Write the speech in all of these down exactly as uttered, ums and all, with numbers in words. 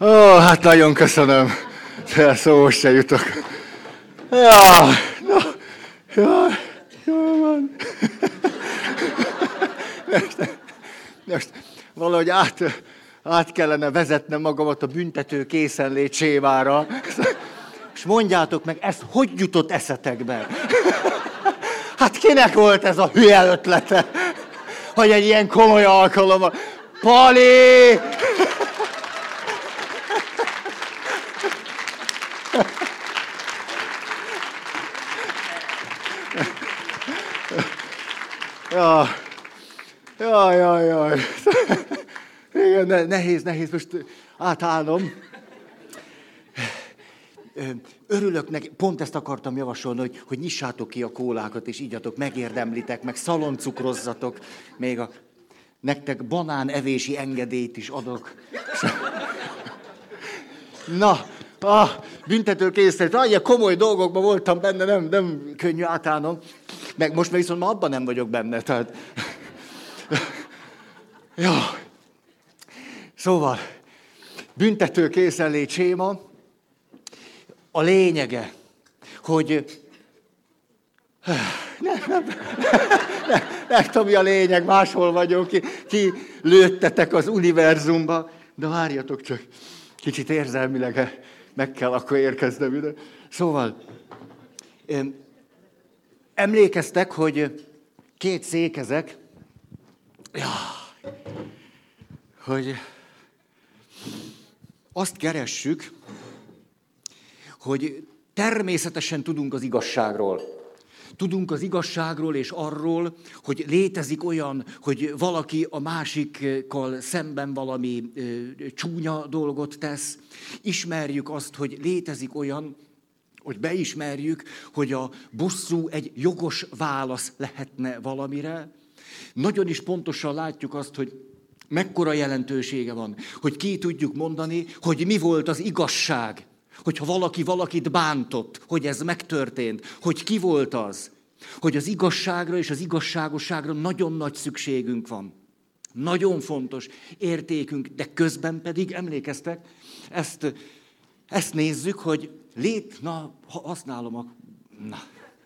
Ó, hát nagyon köszönöm. Szóhoz se jutok. Ja, no, ja, jó van. Most, most valahogy át, át kellene vezetnem magamat a büntető készenlét sémára. És mondjátok meg, ez hogy jutott eszetekbe? Hát kinek volt ez a hülye ötlete, hogy egy ilyen komoly alkalommal... Pali! Ja, jaj, jaj, jaj. Igen, nehéz, nehéz most átállnom. Örülök neki, pont ezt akartam javasolni, hogy, hogy nyissátok ki a kólákat, és igyatok, megérdemlitek, meg szaloncukrozzatok. Még a, nektek banán evési engedélyt is adok. Na, a büntető készlet, ah, ilyen komoly dolgokban voltam benne, nem, nem könnyű átállnom. Meg most meg viszont már abban nem vagyok benne, tehát... Ja. Szóval, büntető készenlét séma, a lényege, hogy... Nem, nem, nem, nem tudom, mi a lényeg, máshol vagyok, ki, ki lőttetek az univerzumba, de várjatok csak, kicsit érzelmileg meg kell akkor érkeznem ide. Szóval, emlékeztek, hogy két székezek, ja, hogy azt keressük, hogy természetesen tudunk az igazságról. Tudunk az igazságról és arról, hogy létezik olyan, hogy valaki a másikkal szemben valami ö, csúnya dolgot tesz. Ismerjük azt, hogy létezik olyan, hogy beismerjük, hogy a bosszú egy jogos válasz lehetne valamire. Nagyon is pontosan látjuk azt, hogy mekkora jelentősége van, hogy ki tudjuk mondani, hogy mi volt az igazság. Hogyha valaki valakit bántott, hogy ez megtörtént, hogy ki volt az, hogy az igazságra és az igazságosságra nagyon nagy szükségünk van. Nagyon fontos értékünk, de közben pedig, emlékeztek, ezt, ezt nézzük, hogy lét, na, használom a... Na.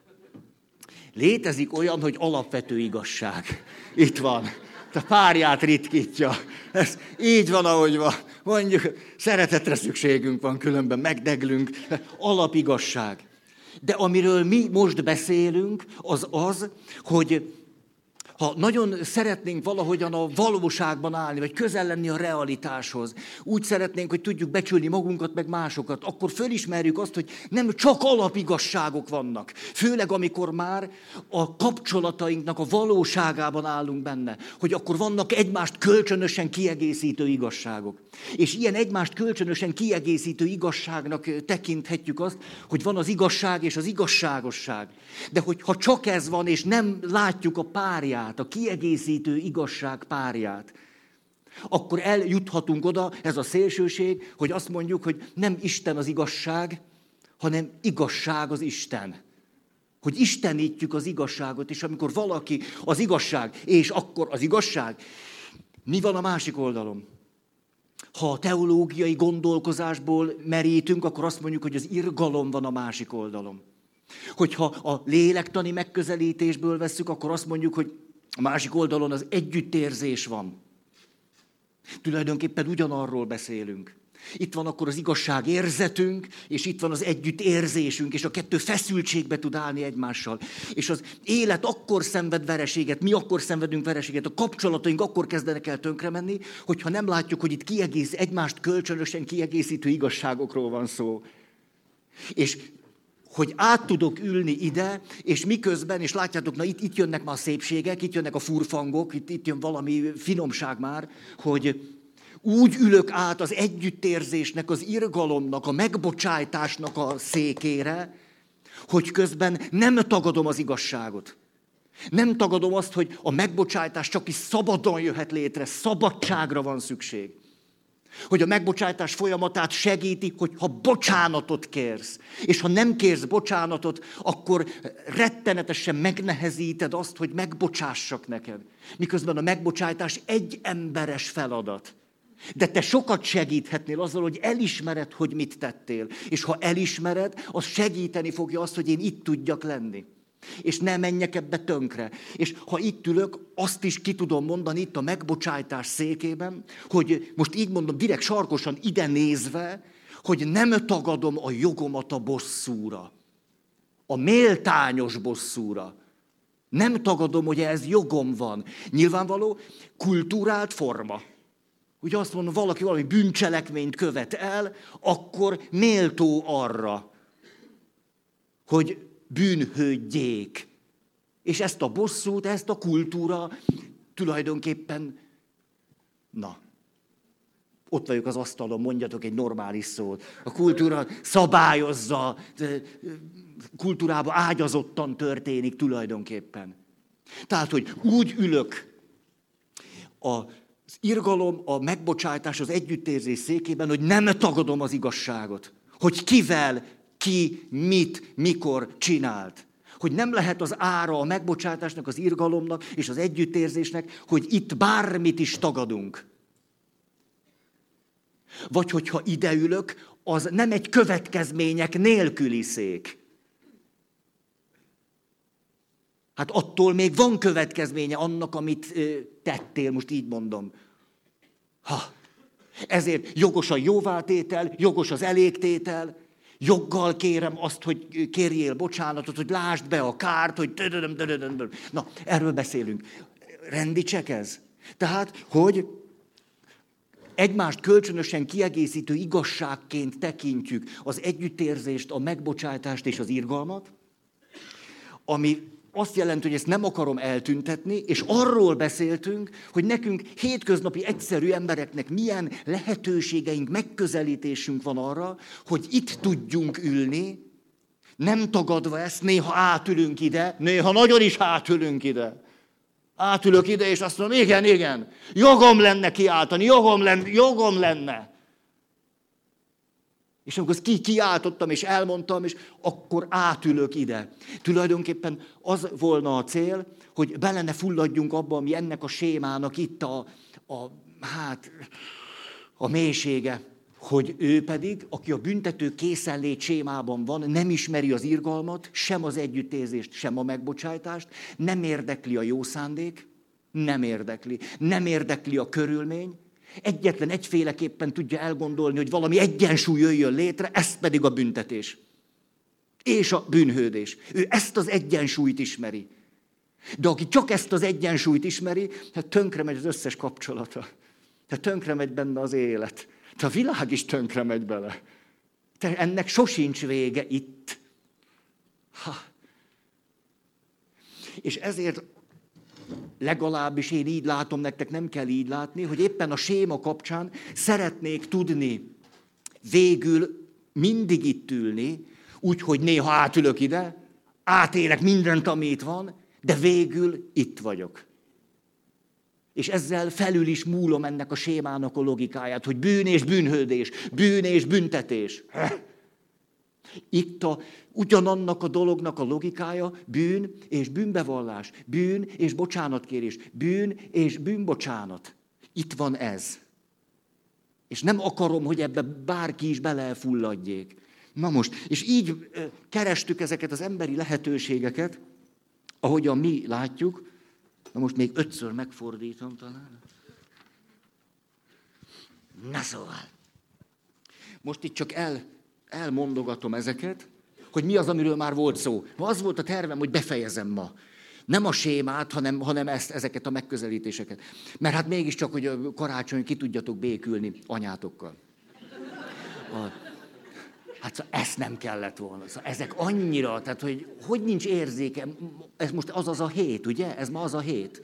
Létezik olyan, hogy alapvető igazság. Itt van. A párját ritkítja. Ez így van, ahogy van. Mondjuk, szeretetre szükségünk van, különben megdeglünk. Alapigasság. De amiről mi most beszélünk, az az, hogy ha nagyon szeretnénk valahogyan a valóságban állni, vagy közel lenni a realitáshoz, úgy szeretnénk, hogy tudjuk becsülni magunkat, meg másokat, akkor fölismerjük azt, hogy nem csak alapigasságok vannak. Főleg, amikor már a kapcsolatainknak a valóságában állunk benne, hogy akkor vannak egymást kölcsönösen kiegészítő igazságok. És ilyen egymást kölcsönösen kiegészítő igazságnak tekinthetjük azt, hogy van az igazság és az igazságosság. De hogyha csak ez van, és nem látjuk a párját, a kiegészítő igazság párját, akkor eljuthatunk oda, ez a szélsőség, hogy azt mondjuk, hogy nem Isten az igazság, hanem igazság az Isten. Hogy istenítjük az igazságot, és amikor valaki az igazság, és akkor az igazság, mi van a másik oldalon? Ha a teológiai gondolkozásból merítünk, akkor azt mondjuk, hogy az irgalom van a másik oldalon. Hogyha a lélektani megközelítésből vesszük, akkor azt mondjuk, hogy a másik oldalon az együttérzés van. Tulajdonképpen ugyanarról beszélünk. Itt van akkor az igazságérzetünk, és itt van az együttérzésünk, és a kettő feszültségbe tud állni egymással. És az élet akkor szenved vereséget, mi akkor szenvedünk vereséget, a kapcsolataink akkor kezdenek el tönkre menni, hogyha nem látjuk, hogy itt kiegész, egymást kölcsönösen kiegészítő igazságokról van szó. És hogy át tudok ülni ide, és miközben, és látjátok, na itt, itt jönnek már a szépségek, itt jönnek a furfangok, itt, itt jön valami finomság már, hogy úgy ülök át az együttérzésnek, az irgalomnak, a megbocsájtásnak a székére, hogy közben nem tagadom az igazságot. Nem tagadom azt, hogy a megbocsájtás csak is szabadon jöhet létre, szabadságra van szükség. Hogy a megbocsájtás folyamatát segíti, hogy ha bocsánatot kérsz, és ha nem kérsz bocsánatot, akkor rettenetesen megnehezíted azt, hogy megbocsássak neked. Miközben a megbocsájtás egy emberes feladat. De te sokat segíthetnél azzal, hogy elismered, hogy mit tettél. És ha elismered, az segíteni fogja azt, hogy én itt tudjak lenni. És ne menjek ebbe tönkre. És ha itt ülök, azt is ki tudom mondani itt a megbocsájtás székében, hogy most így mondom, direkt sarkosan ide nézve, hogy nem tagadom a jogomat a bosszúra. A méltányos bosszúra. Nem tagadom, hogy ez jogom van. Nyilvánvaló, kultúrált forma. Ugye azt mondom, valaki valami bűncselekményt követ el, akkor méltó arra, hogy bűnhődjék. És ezt a bosszút, ezt a kultúra tulajdonképpen, na, ott vagyok az asztalon, mondjatok egy normális szót. A kultúra szabályozza, kultúrában ágyazottan történik tulajdonképpen. Tehát, hogy úgy ülök az irgalom, a megbocsátás, az együttérzés székében, hogy nem tagadom az igazságot. Hogy kivel, ki, mit, mikor csinált. Hogy nem lehet az ára a megbocsátásnak, az irgalomnak és az együttérzésnek, hogy itt bármit is tagadunk. Vagy hogyha ideülök, az nem egy következmények nélküli szék. Hát attól még van következménye annak, amit tettél, most így mondom. Ha. Ezért jogos a jóvátétel, jogos az elégtétel, joggal kérem azt, hogy kérjél bocsánatot, hogy lásd be a kárt, hogy... Na, erről beszélünk. Rendicsek ez? Tehát, hogy egymást kölcsönösen kiegészítő igazságként tekintjük az együttérzést, a megbocsátást és az irgalmat, ami azt jelenti, hogy ezt nem akarom eltüntetni, és arról beszéltünk, hogy nekünk hétköznapi egyszerű embereknek milyen lehetőségeink, megközelítésünk van arra, hogy itt tudjunk ülni, nem tagadva ezt, néha átülünk ide, néha nagyon is átülünk ide. Átülök ide, és azt mondom, igen, igen, jogom lenne kiáltani, jogom lenne, jogom lenne. És amikor ki, kiáltottam, és elmondtam, és akkor átülök ide. Tulajdonképpen az volna a cél, hogy bele ne fulladjunk abba, ami ennek a sémának itt a, a, hát, a mélysége, hogy ő pedig, aki a büntető készenlét sémában van, nem ismeri az irgalmat, sem az együttérzést, sem a megbocsájtást, nem érdekli a jó szándék, nem érdekli, nem érdekli a körülmény, egyetlen egyféleképpen tudja elgondolni, hogy valami egyensúly jöjjön létre, ez pedig a büntetés. És a bűnhődés. Ő ezt az egyensúlyt ismeri. De aki csak ezt az egyensúlyt ismeri, hát tönkre megy az összes kapcsolata. Tehát tönkre megy benne az élet. De a világ is tönkre megy bele. De ennek sosincs vége itt. Ha. És ezért legalábbis én így látom, nektek nem kell így látni, hogy éppen a séma kapcsán szeretnék tudni végül mindig itt ülni, úgyhogy néha átülök ide, átélek mindent, ami itt van, de végül itt vagyok. És ezzel felül is múlom ennek a sémának a logikáját, hogy bűn és bűnhődés, bűn és büntetés. Itt a, ugyanannak a dolognak a logikája bűn és bűnbevallás, bűn és bocsánatkérés, bűn és bűnbocsánat. Itt van ez. És nem akarom, hogy ebbe bárki is belefulladjék. Na most, és így kerestük ezeket az emberi lehetőségeket, ahogyan mi látjuk. Na most még ötször megfordítom talán. Na szóval. Most itt csak el, elmondogatom ezeket, hogy mi az, amiről már volt szó. Az volt a tervem, hogy befejezem ma. Nem a sémát, hanem, hanem ezt, ezeket a megközelítéseket. Mert hát mégiscsak, hogy a karácsony ki tudjatok békülni anyátokkal. A, hát szóval ezt nem kellett volna. Szóval ezek annyira, tehát hogy, hogy nincs érzéke. Ez most az az a hét, ugye? Ez ma az a hét.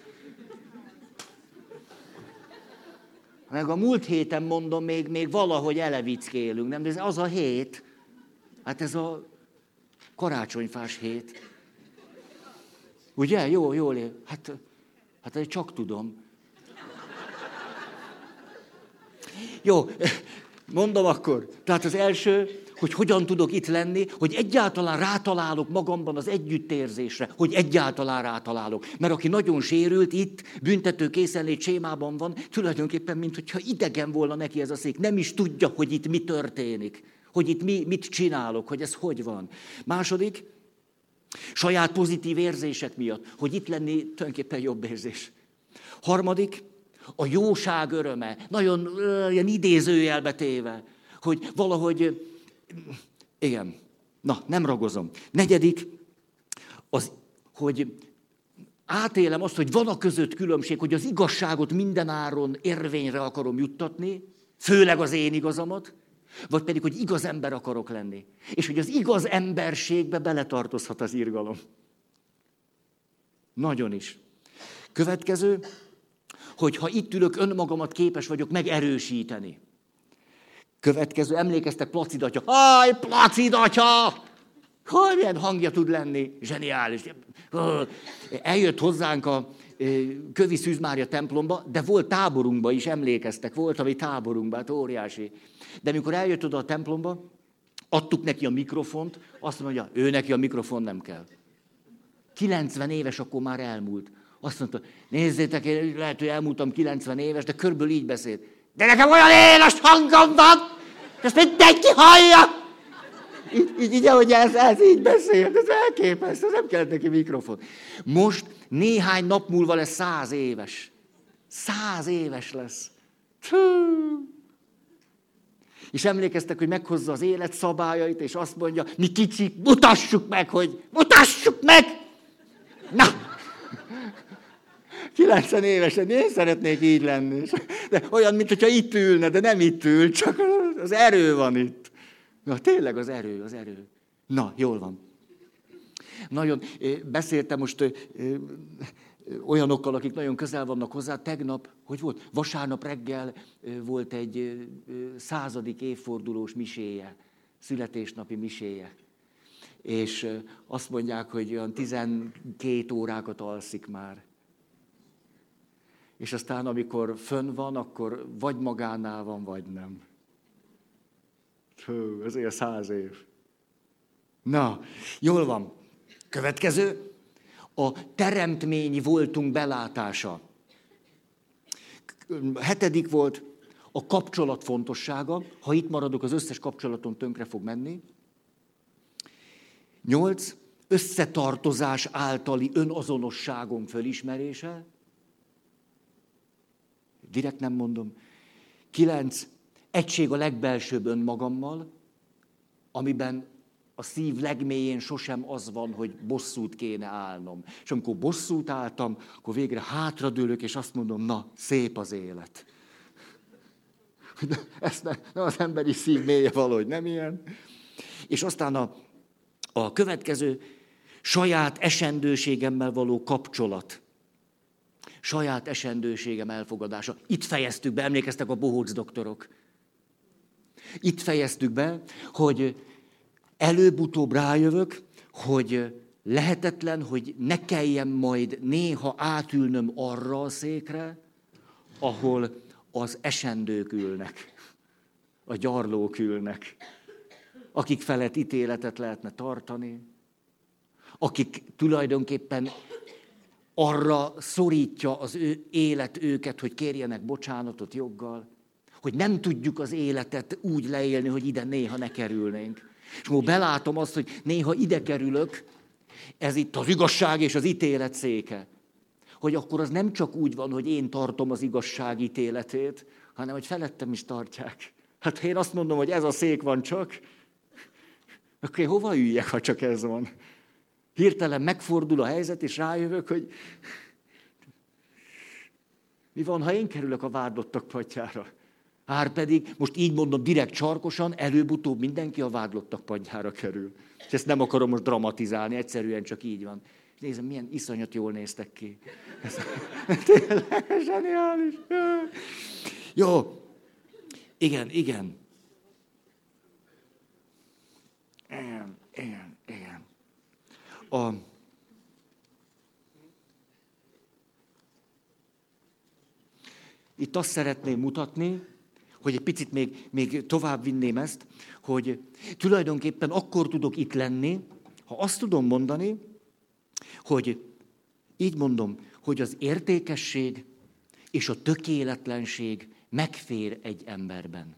Meg a múlt héten mondom, még, még valahogy elevickélünk, nem? De ez az a hét. Hát ez a karácsonyfás hét. Ugye? Jó, jól él. Hát, hát csak tudom. Jó, mondom akkor. Tehát az első, hogy hogyan tudok itt lenni, hogy egyáltalán rátalálok magamban az együttérzésre, hogy egyáltalán rátalálok. Mert aki nagyon sérült itt, büntető készenlét sémában van, tulajdonképpen, mintha idegen volna neki ez a szék. Nem is tudja, hogy itt mi történik, hogy itt mi, mit csinálok, hogy ez hogy van. Második, saját pozitív érzések miatt, hogy itt lenni tulajdonképpen jobb érzés. Harmadik, a jóság öröme, nagyon uh, ilyen idézőjelbe téve, hogy valahogy, igen, na, nem ragozom. Negyedik, az, hogy átélem azt, hogy van a között különbség, hogy az igazságot mindenáron érvényre akarom juttatni, főleg az én igazamat, vagy pedig, hogy igaz ember akarok lenni. És hogy az igaz emberségbe beletartozhat az irgalom. Nagyon is. Következő, hogy ha itt ülök, önmagamat képes vagyok megerősíteni. Következő, emlékeztek Placid atya. Háj, Placid atya! Hogy milyen hangja tud lenni? Zseniális. Eljött hozzánk a Kövi Szűz Mária templomba, de volt táborunkba is, emlékeztek, volt a mi táborunkban, hát óriási. De amikor eljött oda a templomba, adtuk neki a mikrofont, azt mondja, ő neki a mikrofon nem kell. kilencven éves, akkor már elmúlt. Azt mondta, nézzétek, én lehet, hogy elmúltam kilencven éves, de körülbelül így beszélt. De nekem olyan éles hangom van, ezt mindenki hallja. Így, így, így ahogy ez, ez így beszélt, ez elképesztő, nem kellett neki mikrofon. Most néhány nap múlva lesz száz éves. Száz éves lesz. Tű. És emlékeztek, hogy meghozza az élet szabályait, és azt mondja, mi kicsik, mutassuk meg, hogy mutassuk meg! Na! kilencven évesen, én szeretnék így lenni. De olyan, mintha itt ülne, de nem itt ül, csak az erő van itt. Na, tényleg az erő, az erő. Na, jól van. Nagyon beszéltem most olyanokkal, akik nagyon közel vannak hozzá. Tegnap, hogy volt? Vasárnap reggel volt egy századik évfordulós miséje, születésnapi miséje. És azt mondják, hogy olyan tizenkét órákat alszik már. És aztán, amikor fönn van, akkor vagy magánál van, vagy nem. Hú, ez olyan száz év. Na, jól van. Következő, a teremtményi voltunk belátása. Hetedik volt a kapcsolat fontossága. Ha itt maradok, az összes kapcsolaton tönkre fog menni. Nyolc, összetartozás általi önazonosságom fölismerése. Direkt nem mondom. Kilenc, egység a legbelsőbb önmagammal, amiben a szív legmélyén sosem az van, hogy bosszút kéne állnom. És amikor bosszút álltam, akkor végre hátradőlök, és azt mondom, na, szép az élet. Ez nem, nem az emberi szív mélye valahogy nem ilyen. És aztán a, a következő, saját esendőségemmel való kapcsolat. Saját esendőségem elfogadása. Itt fejeztük be, emlékeztek a bohóc doktorok. Itt fejeztük be, hogy előbb-utóbb rájövök, hogy lehetetlen, hogy ne kelljen majd néha átülnöm arra a székre, ahol az esendők ülnek, a gyarlók ülnek, akik felett ítéletet lehetne tartani, akik tulajdonképpen arra szorítja az ő élet őket, hogy kérjenek bocsánatot joggal, hogy nem tudjuk az életet úgy leélni, hogy ide néha ne kerülnénk. És most belátom azt, hogy néha ide kerülök, ez itt az igazság és az ítélet széke. Hogy akkor az nem csak úgy van, hogy én tartom az igazság ítéletét, hanem hogy felettem is tartják. Hát ha én azt mondom, hogy ez a szék van csak, akkor én hova üljek, ha csak ez van? Hirtelen megfordul a helyzet, és rájövök, hogy mi van, ha én kerülök a vádlottak padjára? Ár pedig, most így mondom direkt csarkosan, előbb-utóbb mindenki a vádlottak padjára kerül. És ezt nem akarom most dramatizálni, egyszerűen csak így van. És nézem, milyen iszonyat jól néztek ki. Ez tényleg zseniális. Jó. Igen, igen. Igen, igen, igen. A... Itt azt szeretném mutatni, hogy egy picit még, még tovább vinném ezt, hogy tulajdonképpen akkor tudok itt lenni, ha azt tudom mondani, hogy így mondom, hogy az értékesség és a tökéletlenség megfér egy emberben.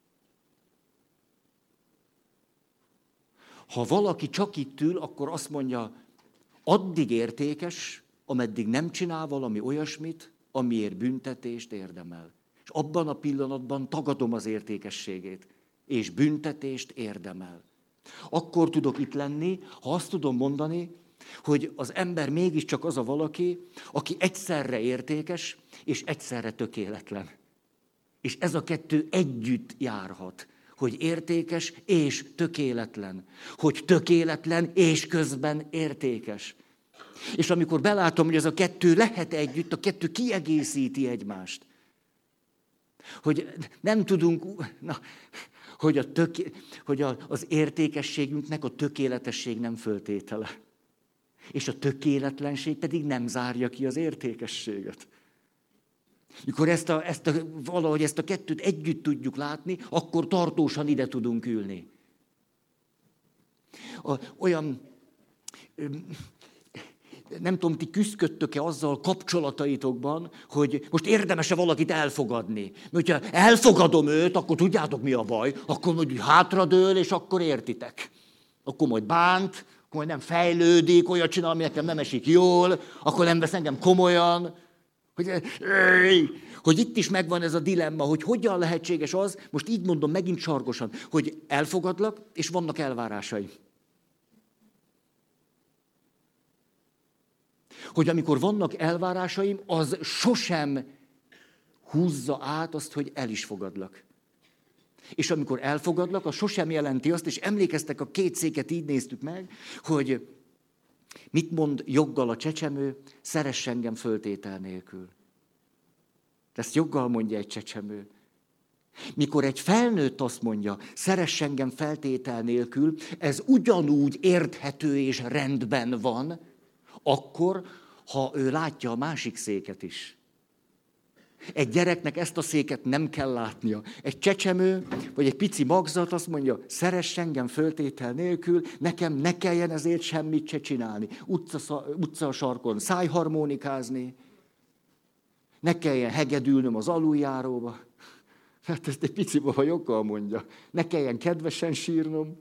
Ha valaki csak itt ül, akkor azt mondja, addig értékes, ameddig nem csinál valami olyasmit, amiért büntetést érdemel. És abban a pillanatban tagadom az értékességét, és büntetést érdemel. Akkor tudok itt lenni, ha azt tudom mondani, hogy az ember mégiscsak az a valaki, aki egyszerre értékes, és egyszerre tökéletlen. És ez a kettő együtt járhat, hogy értékes és tökéletlen. Hogy tökéletlen és közben értékes. És amikor belátom, hogy ez a kettő lehet együtt, a kettő kiegészíti egymást. Hogy nem tudunk, na, hogy, a töké, hogy a, az értékességünknek a tökéletesség nem föltétele. És a tökéletlenség pedig nem zárja ki az értékességet. Mikor ezt a, ezt a, valahogy ezt a kettőt együtt tudjuk látni, akkor tartósan ide tudunk ülni. A, olyan, nem tudom, ti küzdködtök-e azzal kapcsolataitokban, hogy most érdemes-e valakit elfogadni. Mert ha elfogadom őt, akkor tudjátok, mi a baj. Akkor majd hátradől, és akkor értitek. Akkor majd bánt, akkor majd nem fejlődik, olyat csinál, ami nekem nem esik jól, akkor nem vesz engem komolyan. Hogy, hogy itt is megvan ez a dilemma, hogy hogyan lehetséges az, most így mondom megint sarkosan, hogy elfogadlak, és vannak elvárásaim. Hogy amikor vannak elvárásaim, az sosem húzza át azt, hogy el is fogadlak. És amikor elfogadlak, az sosem jelenti azt, és emlékeztek, a két széket így néztük meg, hogy mit mond joggal a csecsemő? Szeress engem föltétel nélkül. Ezt joggal mondja egy csecsemő. Mikor egy felnőtt azt mondja, szeress engem feltétel nélkül, ez ugyanúgy érthető és rendben van, akkor, ha ő látja a másik széket is. Egy gyereknek ezt a széket nem kell látnia. Egy csecsemő, vagy egy pici magzat azt mondja, szeress engem föltétel nélkül, nekem ne kelljen ezért semmit se csinálni. Utca, utca sarkon szájharmonikázni, ne kelljen hegedülnöm az aluljáróba. Hát ezt egy pici baba joggal mondja. Ne kelljen kedvesen sírnom.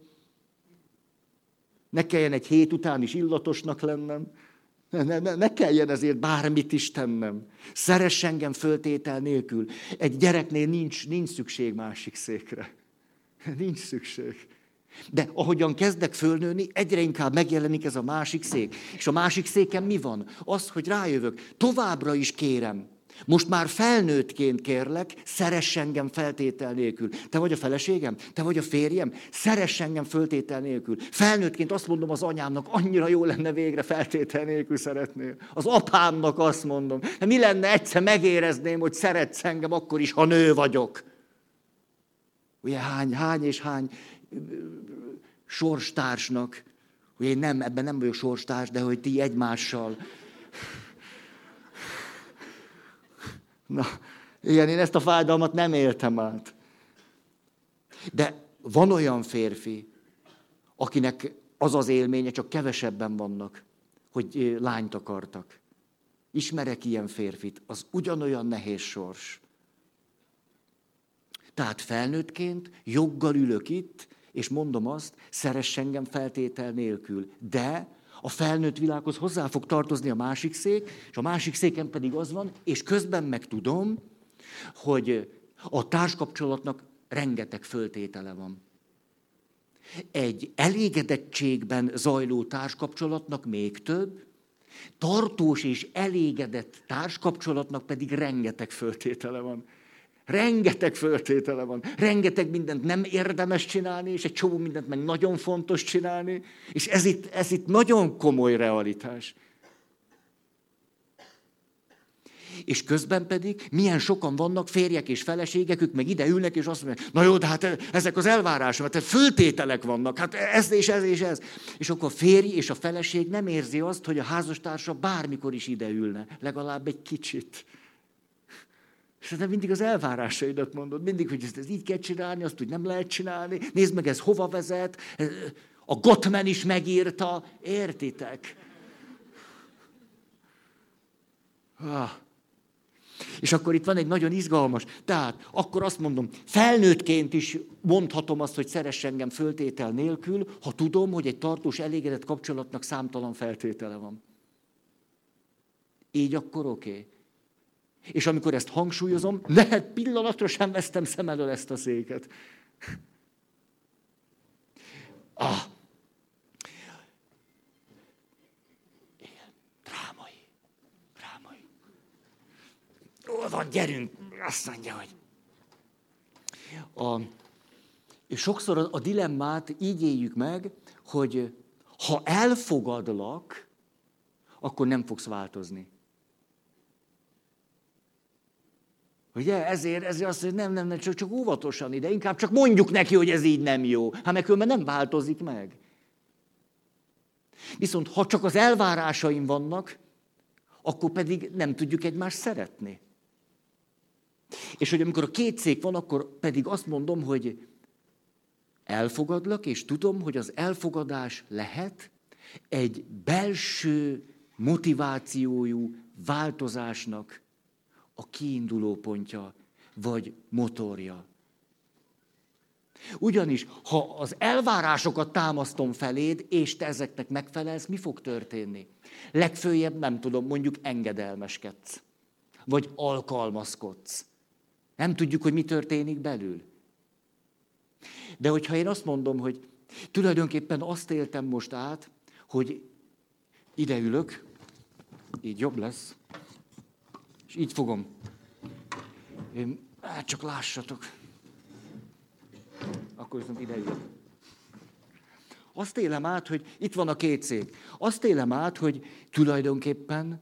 Ne kelljen egy hét után is illatosnak lennem. Ne, ne, ne, ne kelljen ezért bármit is tennem. Szeress engem föltétel nélkül. Egy gyereknél nincs, nincs szükség másik székre. Nincs szükség. De ahogyan kezdek fölnőni, egyre inkább megjelenik ez a másik szék. És a másik széken mi van? Az, hogy rájövök. Továbbra is kérem. Most már felnőttként kérlek, szeress engem feltétel nélkül. Te vagy a feleségem? Te vagy a férjem? Szeress engem feltétel nélkül. Felnőttként azt mondom az anyámnak, annyira jó lenne végre feltétel nélkül szeretnél. Az apámnak azt mondom. De mi lenne, egyszer megérezném, hogy szeretsz engem akkor is, ha nő vagyok. Ugye hány, hány és hány sorstársnak, ugye én nem, ebben nem vagyok sorstárs, de hogy ti egymással. Na, igen, én ezt a fájdalmat nem éltem át. De van olyan férfi, akinek az az élménye, csak kevesebben vannak, hogy lányt akartak. Ismerek ilyen férfit, az ugyanolyan nehéz sors. Tehát felnőttként joggal ülök itt, és mondom azt, szeress engem feltétel nélkül. De a felnőtt világhoz hozzá fog tartozni a másik szék, és a másik széken pedig az van, és közben meg tudom, hogy a társkapcsolatnak rengeteg föltétele van. Egy elégedettségben zajló társkapcsolatnak még több, tartós és elégedett társkapcsolatnak pedig rengeteg föltétele van. Rengeteg föltétele van, rengeteg mindent nem érdemes csinálni, és egy csomó mindent meg nagyon fontos csinálni, és ez itt, ez itt nagyon komoly realitás. És közben pedig milyen sokan vannak férjek és feleségek, ők meg ide ülnek, és azt mondják, na jó, de hát ezek az elvárások, tehát föltételek vannak, hát ez és ez és ez. És akkor a férj és a feleség nem érzi azt, hogy a házastársa bármikor is ide ülne, legalább egy kicsit. És te mindig az elvárásaidat mondod, mindig, hogy ezt, ezt így kell csinálni, azt úgy nem lehet csinálni, nézd meg, ez hova vezet, a Gottman is megírta, értitek? Ah. És akkor itt van egy nagyon izgalmas, tehát akkor azt mondom, felnőttként is mondhatom azt, hogy szeress engem föltétel nélkül, ha tudom, hogy egy tartós, elégedett kapcsolatnak számtalan feltétele van. Így akkor oké. Okay. És amikor ezt hangsúlyozom, lehet pillanatra sem vesztem szem elől ezt a széket. Ah. Igen, drámai. Drámai. Ó, van, gyerünk. Azt mondja, hogy... A... És sokszor a, a dilemmát így éljük meg, hogy ha elfogadlak, akkor nem fogsz változni. Ugye? Ezért, ezért azt mondja, nem, nem, nem, csak, csak óvatosan ide, inkább csak mondjuk neki, hogy ez így nem jó. Hát meg különben nem változik meg. Viszont ha csak az elvárásaim vannak, akkor pedig nem tudjuk egymást szeretni. És hogy amikor a két szék van, akkor pedig azt mondom, hogy elfogadlak, és tudom, hogy az elfogadás lehet egy belső motivációjú változásnak a kiinduló pontja, vagy motorja. Ugyanis, ha az elvárásokat támasztom feléd, és te ezeknek megfelelsz, mi fog történni? Legföljebb, nem tudom, mondjuk engedelmeskedsz, vagy alkalmazkodsz. Nem tudjuk, hogy mi történik belül. De hogyha én azt mondom, hogy tulajdonképpen azt éltem most át, hogy ide ülök, így jobb lesz, és így fogom. Én, hát csak lássatok. Akkor viszont ide ülök. Azt élem át, hogy itt van a két szék. Azt élem át, hogy tulajdonképpen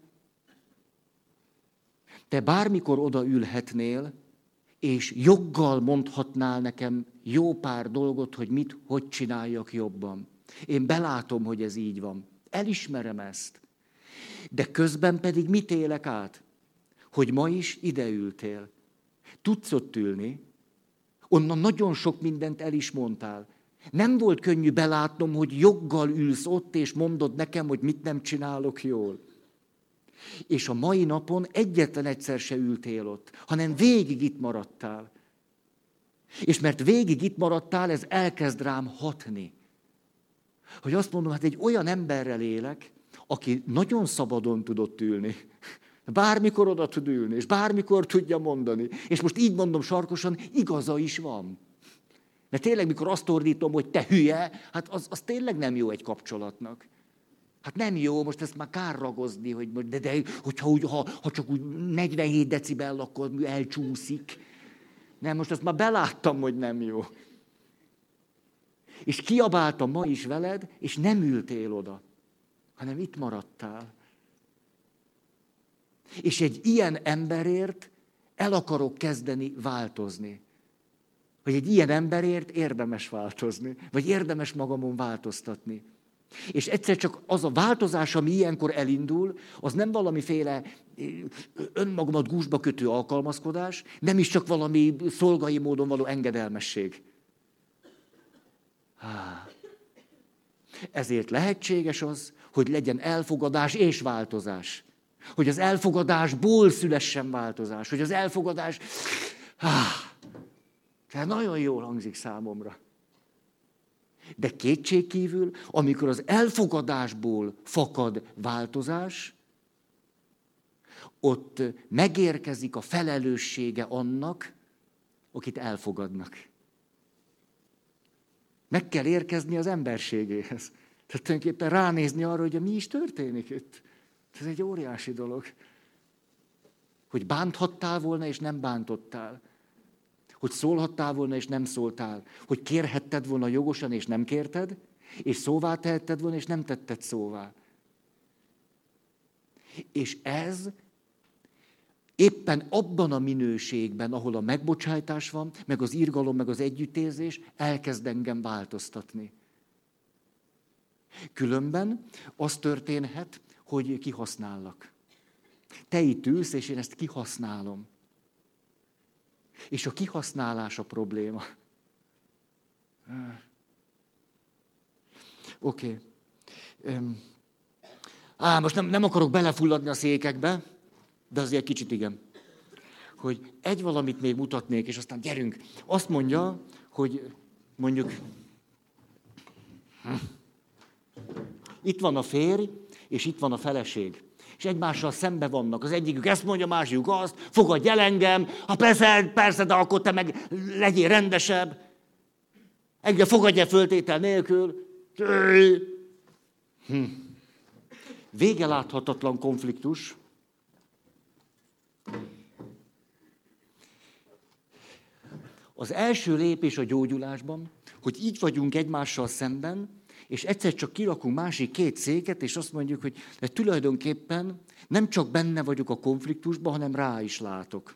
te bármikor oda ülhetnél, és joggal mondhatnál nekem jó pár dolgot, hogy mit, hogy csináljak jobban. Én belátom, hogy ez így van. Elismerem ezt. De közben pedig mit élek át? Hogy ma is ide ültél. Tudsz ott ülni, onnan nagyon sok mindent el is mondtál. Nem volt könnyű belátnom, hogy joggal ülsz ott, és mondod nekem, hogy mit nem csinálok jól. És a mai napon egyetlen egyszer se ültél ott, hanem végig itt maradtál. És mert végig itt maradtál, ez elkezd rám hatni. Hogy azt mondom, hát egy olyan emberrel élek, aki nagyon szabadon tudott ülni. Bármikor oda tud ülni, és bármikor tudja mondani. És most így mondom sarkosan, igaza is van. Mert tényleg, mikor azt ordítom, hogy te hülye, hát az, az tényleg nem jó egy kapcsolatnak. Hát nem jó, most ezt már kár ragozni, hogy de, de hogyha úgy, ha, ha csak úgy negyvenhét decibel, akkor elcsúszik. Nem, most ezt már beláttam, hogy nem jó. És kiabáltam ma is veled, és nem ültél oda, hanem itt maradtál. És egy ilyen emberért el akarok kezdeni változni. Hogy egy ilyen emberért érdemes változni, vagy érdemes magamon változtatni. És egyszer csak az a változás, ami ilyenkor elindul, az nem valamiféle önmagamat gúzsba kötő alkalmazkodás, nem is csak valami szolgai módon való engedelmesség. Ezért lehetséges az, hogy legyen elfogadás és változás. Hogy az elfogadásból szülessen változás. Hogy az elfogadás... Tehát nagyon jól hangzik számomra. De kétségkívül, amikor az elfogadásból fakad változás, ott megérkezik a felelőssége annak, akit elfogadnak. Meg kell érkezni az emberségéhez. Tehát tulajdonképpen ránézni arra, hogy mi is történik itt. Ez egy óriási dolog. Hogy bánthattál volna, és nem bántottál. Hogy szólhattál volna, és nem szóltál. Hogy kérhetted volna jogosan, és nem kérted. És szóvá tehetted volna, és nem tetted szóvá. És ez éppen abban a minőségben, ahol a megbocsájtás van, meg az irgalom, meg az együttérzés, elkezd engem változtatni. Különben az történhet, hogy kihasznállak. Te itt ülsz, és én ezt kihasználom. És a kihasználás a probléma. Oké. Okay. Á, most nem, nem akarok belefulladni a székekbe, de azért egy kicsit igen. Hogy egy valamit még mutatnék, és aztán gyerünk. Azt mondja, hogy mondjuk... Itt van a férj, és itt van a feleség. És egymással szembe vannak. Az egyikük ezt mondja, a másikuk azt, fogadj el engem, ha persze, persze, de akkor te meg legyél rendesebb. Engem fogadj el föltétel nélkül. Hm. Vége láthatatlan konfliktus. Az első lépés a gyógyulásban, hogy így vagyunk egymással szemben, és egyszer csak kirakunk másik két széket, és azt mondjuk, hogy de tulajdonképpen nem csak benne vagyok a konfliktusban, hanem rá is látok.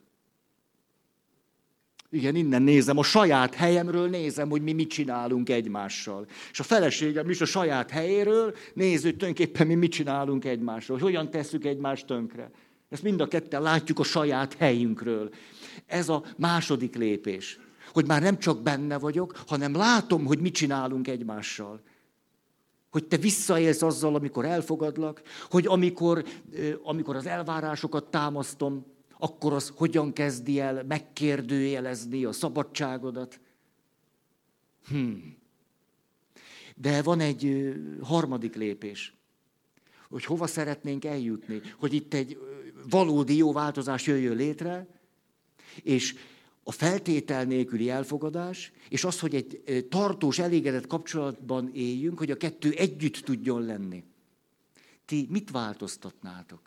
Igen, innen nézem, a saját helyemről nézem, hogy mi mit csinálunk egymással. És a feleségem is a saját helyéről néz, hogy tulajdonképpen mi mit csinálunk egymással, hogy hogyan tesszük egymást tönkre. Ezt mind a ketten látjuk a saját helyünkről. Ez a második lépés, hogy már nem csak benne vagyok, hanem látom, hogy mit csinálunk egymással. Hogy te visszaélsz azzal, amikor elfogadlak, hogy amikor, amikor az elvárásokat támasztom, akkor az hogyan kezdi el megkérdőjelezni a szabadságodat. Hmm. De van egy harmadik lépés, hogy hova szeretnénk eljutni, hogy itt egy valódi jó változás jöjjön létre, és a feltétel nélküli elfogadás, és az, hogy egy tartós, elégedett kapcsolatban éljünk, hogy a kettő együtt tudjon lenni. Ti mit változtatnátok?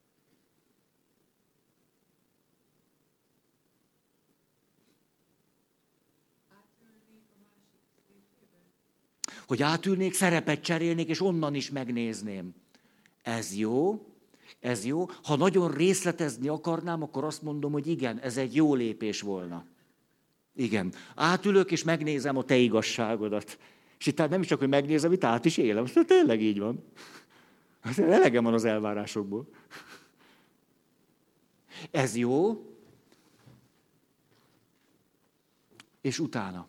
Hogy átülnék, szerepet cserélnék, és onnan is megnézném. Ez jó, ez jó. Ha nagyon részletezni akarnám, akkor azt mondom, hogy igen, ez egy jó lépés volna. Igen. Átülök, és megnézem a te igazságodat. És itt nem is csak, hogy megnézem, itt át is élem. Azt tényleg így van. Elegem van az elvárásokból. Ez jó. És utána.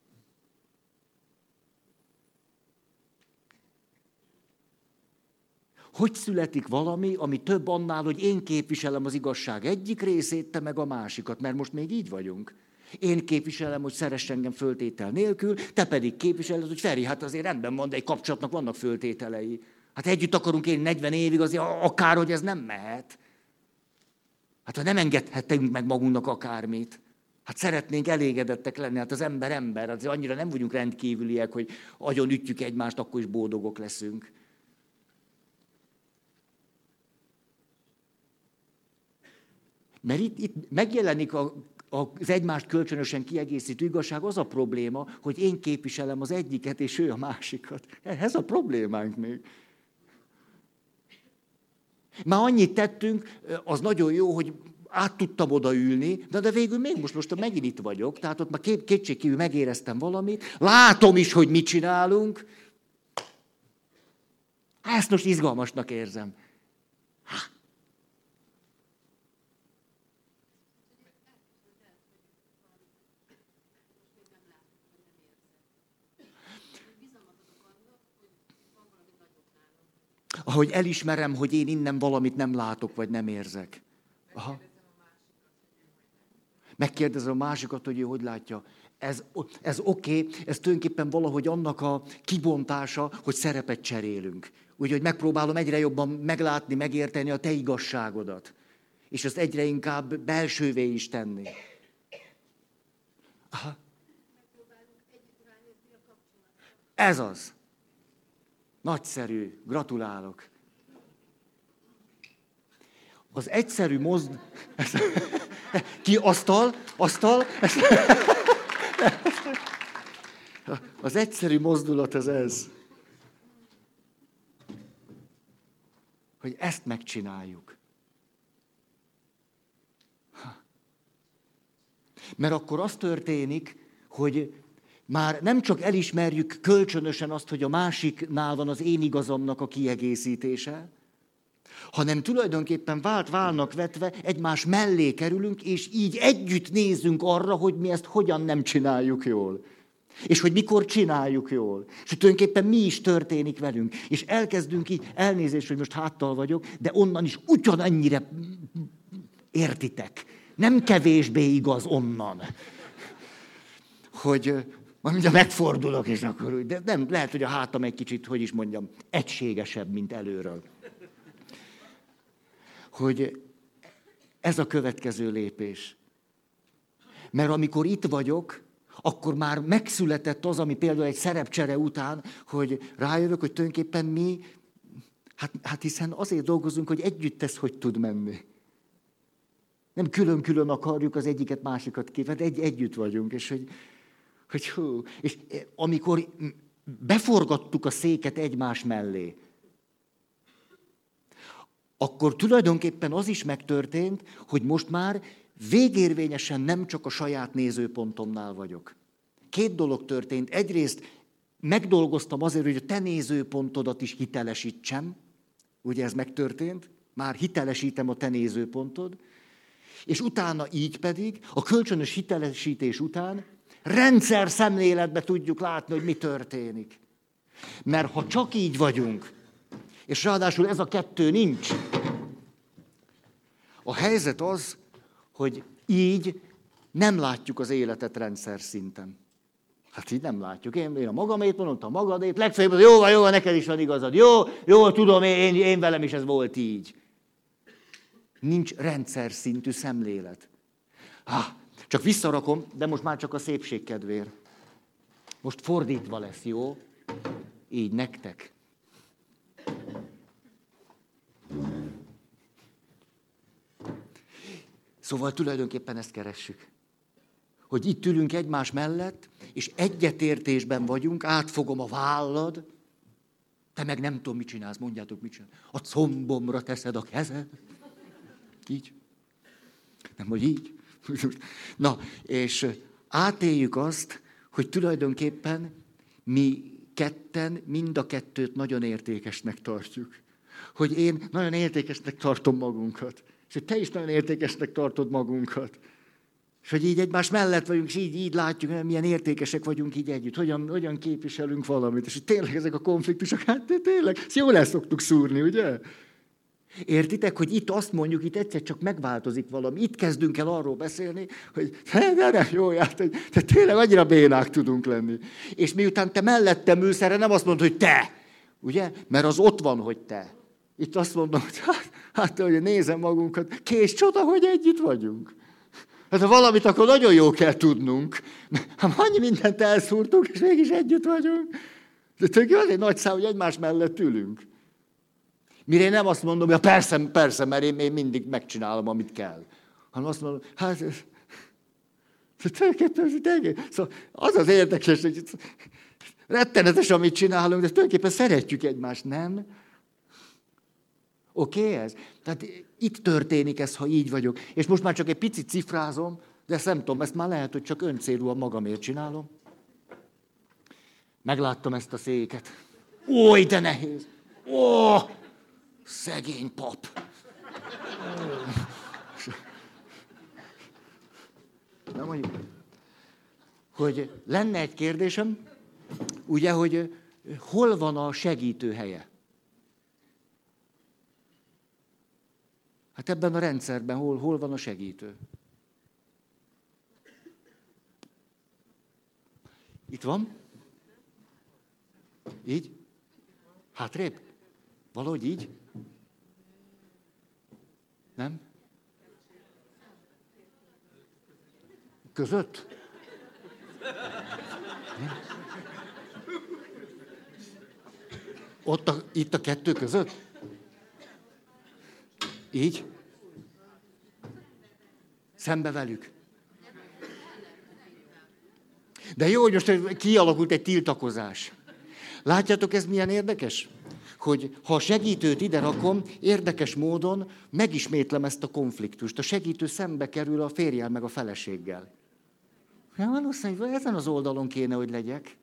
Hogy születik valami, ami több annál, hogy én képviselem az igazság egyik részét, te meg a másikat, mert most még így vagyunk. Én képviselem, hogy szeress engem föltétel nélkül, te pedig képviseled, hogy Feri, hát azért rendben van, de egy kapcsolatnak vannak föltételei. Hát együtt akarunk élni negyven évig, azért akárhogy ez nem mehet. Hát ha nem engedhetünk meg magunknak akármit. Hát szeretnénk elégedettek lenni, hát az ember ember, azért annyira nem vagyunk rendkívüliek, hogy agyon ütjük egymást, akkor is boldogok leszünk. Mert itt, itt megjelenik a, a, az egymást kölcsönösen kiegészítő igazság, az a probléma, hogy én képviselem az egyiket, és ő a másikat. Ez a problémánk még. Már annyit tettünk, az nagyon jó, hogy át tudtam odaülni, de, de végül még most, most megint itt vagyok, tehát ott már kétségkívül megéreztem valamit, látom is, hogy mit csinálunk. Ezt most izgalmasnak érzem. Ha. Ahogy elismerem, hogy én innen valamit nem látok, vagy nem érzek. Aha. Megkérdezem a másikat, hogy ő hogy látja. Ez, ez oké, okay, ez tulajdonképpen valahogy annak a kibontása, hogy szerepet cserélünk. Úgyhogy megpróbálom egyre jobban meglátni, megérteni a te igazságodat. És ezt egyre inkább belsővé is tenni. Aha. Ez az. Nagyszerű, gratulálok. Az egyszerű mozd... Ki, asztal, asztal. Az egyszerű mozdulat az ez. Hogy ezt megcsináljuk. Mert akkor az történik, hogy már nem csak elismerjük kölcsönösen azt, hogy a másiknál van az én igazamnak a kiegészítése, hanem tulajdonképpen vált válnak vetve egymás mellé kerülünk, és így együtt nézünk arra, hogy mi ezt hogyan nem csináljuk jól. És hogy mikor csináljuk jól. És hogy tulajdonképpen mi is történik velünk. És elkezdünk így, elnézést, hogy most háttal vagyok, de onnan is ugyanennyire értitek. Nem kevésbé igaz onnan. Hogy majd mindjárt megfordulok, és akkor úgy, de nem, lehet, hogy a hátam egy kicsit, hogy is mondjam, egységesebb, mint előről. Hogy ez a következő lépés. Mert amikor itt vagyok, akkor már megszületett az, ami például egy szerepcsere után, hogy rájövök, hogy tulajdonképpen mi, hát, hát hiszen azért dolgozunk, hogy együtt ez hogy tud menni. Nem külön-külön akarjuk az egyiket, másikat képzelni, egy, együtt vagyunk, és hogy, hogy hú, és amikor beforgattuk a széket egymás mellé, akkor tulajdonképpen az is megtörtént, hogy most már végérvényesen nem csak a saját nézőpontomnál vagyok. Két dolog történt. Egyrészt megdolgoztam azért, hogy a te nézőpontodat is hitelesítsem. Ugye ez megtörtént? Már hitelesítem a te nézőpontod. És utána így pedig, a kölcsönös hitelesítés után rendszer szemléletbe tudjuk látni, hogy mi történik. Mert ha csak így vagyunk, és ráadásul ez a kettő nincs, a helyzet az, hogy így nem látjuk az életet rendszer szinten. Hát így nem látjuk. Én, én a magamét mondom, a magadét, legfeljebb, jó van, jó van, neked is van igazad. Jó, jó, tudom, én, én velem is ez volt így. Nincs rendszer szintű szemlélet. Ah, csak visszarakom, de most már csak a szépség kedvéért. Most fordítva lesz, jó? Így nektek. Szóval tulajdonképpen ezt keressük. Hogy itt ülünk egymás mellett, és egyetértésben vagyunk, átfogom a vállad, te meg nem tudom, mit csinálsz, mondjátok, mit csinálsz. A combomra teszed a kezed. Így. Nem, hogy így. Na, és átéljük azt, hogy tulajdonképpen mi ketten mind a kettőt nagyon értékesnek tartjuk. Hogy én nagyon értékesnek tartom magunkat. És hogy te is nagyon értékesnek tartod magunkat. És hogy így egymás mellett vagyunk, és így, így látjuk, hogy milyen értékesek vagyunk így együtt. Hogyan, hogyan képviselünk valamit. És hogy tényleg ezek a konfliktusok, hát tényleg, ezt jól el szoktuk szúrni, ugye? Értitek, hogy itt azt mondjuk, itt egyszer csak megváltozik valami. Itt kezdünk el arról beszélni, hogy de nem jó járt, hogy te tényleg annyira bénák tudunk lenni. És miután te mellettem ülsz, erre nem azt mondod, hogy te, ugye? Mert az ott van, hogy te. Itt azt mondom, hogy hát, hát hogy nézem magunkat, kés csoda, hogy együtt vagyunk. Hát ha valamit, akkor nagyon jó kell tudnunk. Hát annyi mindent elszúrtunk, és mégis együtt vagyunk. De tulajdonképpen az egy nagy szám, hogy egymás mellett ülünk. Mire én nem azt mondom, hogy persze, persze, mert én, én mindig megcsinálom, amit kell. Hanem azt mondom, hát... Szóval az az érdekes, hogy rettenetes, amit csinálunk, de tulajdonképpen szeretjük egymást, nem? Oké okay, ez? Tehát itt történik ez, ha így vagyok. És most már csak egy picit cifrázom, de ezt nem tudom, ezt már lehet, hogy csak öncélúan magamért csinálom. Megláttam ezt a széket. Ój, de nehéz! Ó, szegény pap! Nem mondjuk, hogy lenne egy kérdésem, ugye, hogy hol van a segítő helye? Hát ebben a rendszerben hol, hol van a segítő? Itt van? Így? Hátrébb? Valahogy így? Nem? Között? Nem? Ott a, itt a kettő között? Így? Szembe velük. De jó, hogy most kialakult egy tiltakozás. Látjátok, ez milyen érdekes? Hogy ha a segítőt ide rakom, érdekes módon megismétlem ezt a konfliktust. A segítő szembe kerül a férjel meg a feleséggel. Ja, valószínűleg ezen az oldalon kéne, hogy legyek.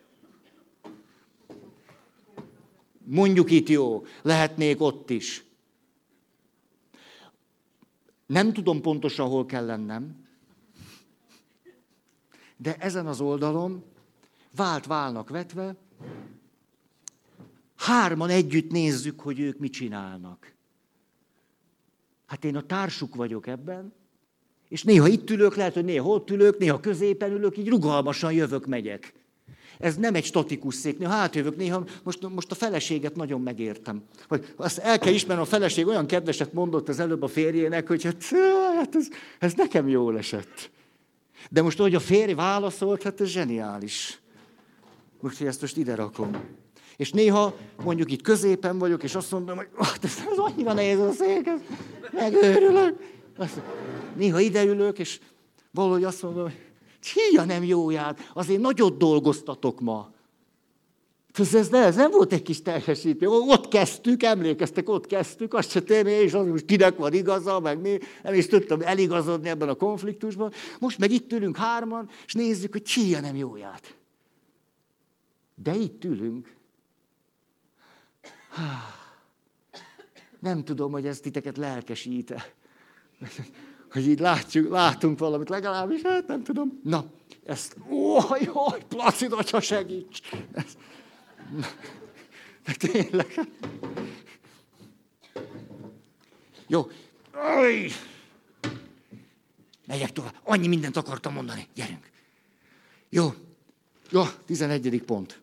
Mondjuk itt jó, lehetnék ott is. Nem tudom pontosan, hol kell lennem, de ezen az oldalon vált válnak vetve, hárman együtt nézzük, hogy ők mit csinálnak. Hát én a társuk vagyok ebben, és néha itt ülök, lehet, hogy néha ott ülök, néha középen ülök, így rugalmasan jövök, megyek. Ez nem egy statikus szék, néha átjövök, néha most, most a feleséget nagyon megértem. Vagy azt el kell ismernem, a feleség olyan kedveset mondott az előbb a férjének, hogy hát, hát ez, ez nekem jól esett. De most, ahogy a férj válaszolt, hát ez zseniális. Úgyhogy ezt most ide rakom. És néha mondjuk itt középen vagyok, és azt mondom, hogy oh, ez, ez annyira nehéz a szék, ez megőrülök. Azt, néha ide ülök, és valahogy azt mondom, hogy híja nem jóját, azért nagyot dolgoztatok ma. Ez, ne, ez nem volt egy kis teljesítmény. Ott kezdtük, emlékeztek, ott kezdtük, azt se tényleg, és az most kinek van igaza, meg mi, nem is tudtam eligazodni ebben a konfliktusban. Most meg itt ülünk hárman, és nézzük, hogy híja nem jóját. De itt ülünk. Nem tudom, hogy ez titeket lelkesít-e. Hogy így látjuk, látunk valamit, legalábbis, hát nem tudom. Na, ezt, ó, jaj, Placid atya, segíts! Ez, de tényleg. Jó. Aj! Megyek tovább. Annyi mindent akartam mondani. Gyerünk. Jó. Jó, tizenegyedik pont.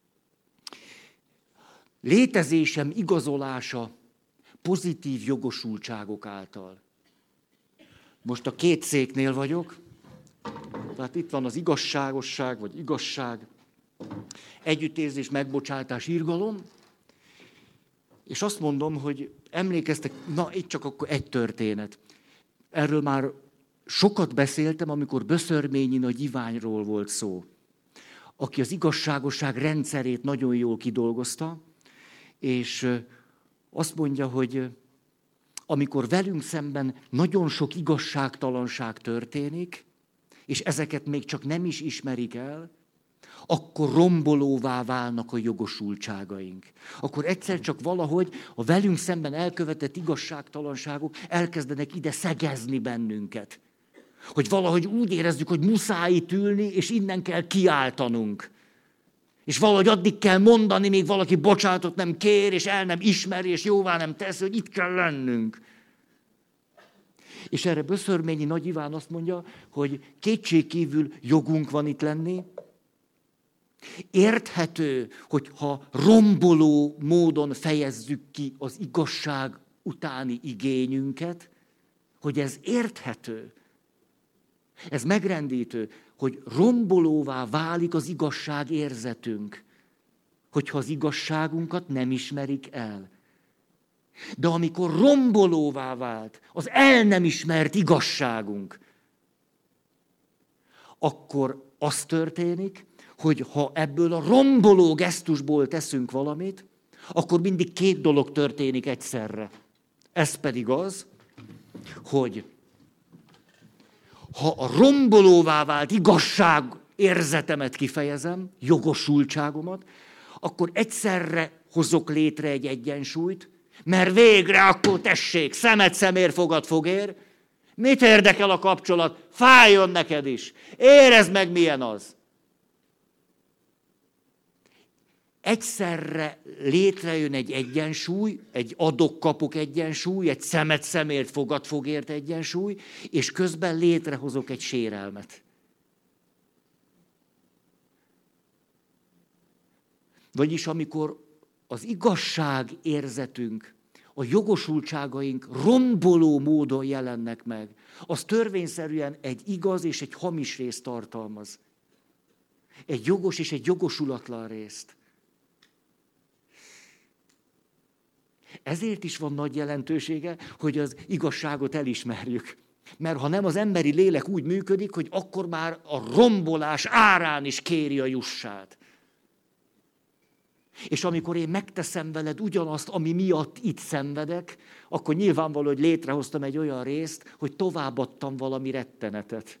Létezésem igazolása pozitív jogosultságok által. Most a két széknél vagyok, tehát itt van az igazságosság, vagy igazság, együttérzés, megbocsátás, irgalom, és azt mondom, hogy emlékeztek, na itt csak akkor egy történet. Erről már sokat beszéltem, amikor Böszörményi Nagy Iványról volt szó, aki az igazságosság rendszerét nagyon jól kidolgozta, és azt mondja, hogy amikor velünk szemben nagyon sok igazságtalanság történik, és ezeket még csak nem is ismerik el, akkor rombolóvá válnak a jogosultságaink. Akkor egyszer csak valahogy a velünk szemben elkövetett igazságtalanságok elkezdenek ide szegezni bennünket. Hogy valahogy úgy érezzük, hogy muszáj itt ülni, és innen kell kiáltanunk. És valahogy addig kell mondani, még valaki bocsánatot nem kér, és el nem ismeri, és jóvá nem tesz, hogy itt kell lennünk. És erre Böszörményi Nagy Iván azt mondja, hogy kétségkívül jogunk van itt lenni. Érthető, hogyha romboló módon fejezzük ki az igazság utáni igényünket, hogy ez érthető. Ez megrendítő, hogy rombolóvá válik az igazság érzetünk, hogyha az igazságunkat nem ismerik el. De amikor rombolóvá vált az el nem ismert igazságunk, akkor az történik, hogy ha ebből a romboló gesztusból teszünk valamit, akkor mindig két dolog történik egyszerre. Ez pedig az, hogy ha a rombolóvá vált igazság érzetemet kifejezem, jogosultságomat, akkor egyszerre hozok létre egy egyensúlyt, mert végre akkor tessék, szemed szemér, fogad fogér. Mit érdekel a kapcsolat? Fájjon neked is. Érezd meg, milyen az. Egyszerre létrejön egy egyensúly, egy adok-kapok egyensúly, egy szemed szemért, fogad fogért egyensúly, és közben létrehozok egy sérelmet. Vagyis amikor az igazság érzetünk, a jogosultságaink romboló módon jelennek meg, az törvényszerűen egy igaz és egy hamis részt tartalmaz. Egy jogos és egy jogosulatlan részt. Ezért is van nagy jelentősége, hogy az igazságot elismerjük. Mert ha nem, az emberi lélek úgy működik, hogy akkor már a rombolás árán is kéri a jussát. És amikor én megteszem veled ugyanazt, ami miatt itt szenvedek, akkor nyilvánvaló, hogy létrehoztam egy olyan részt, hogy továbbadtam valami rettenetet.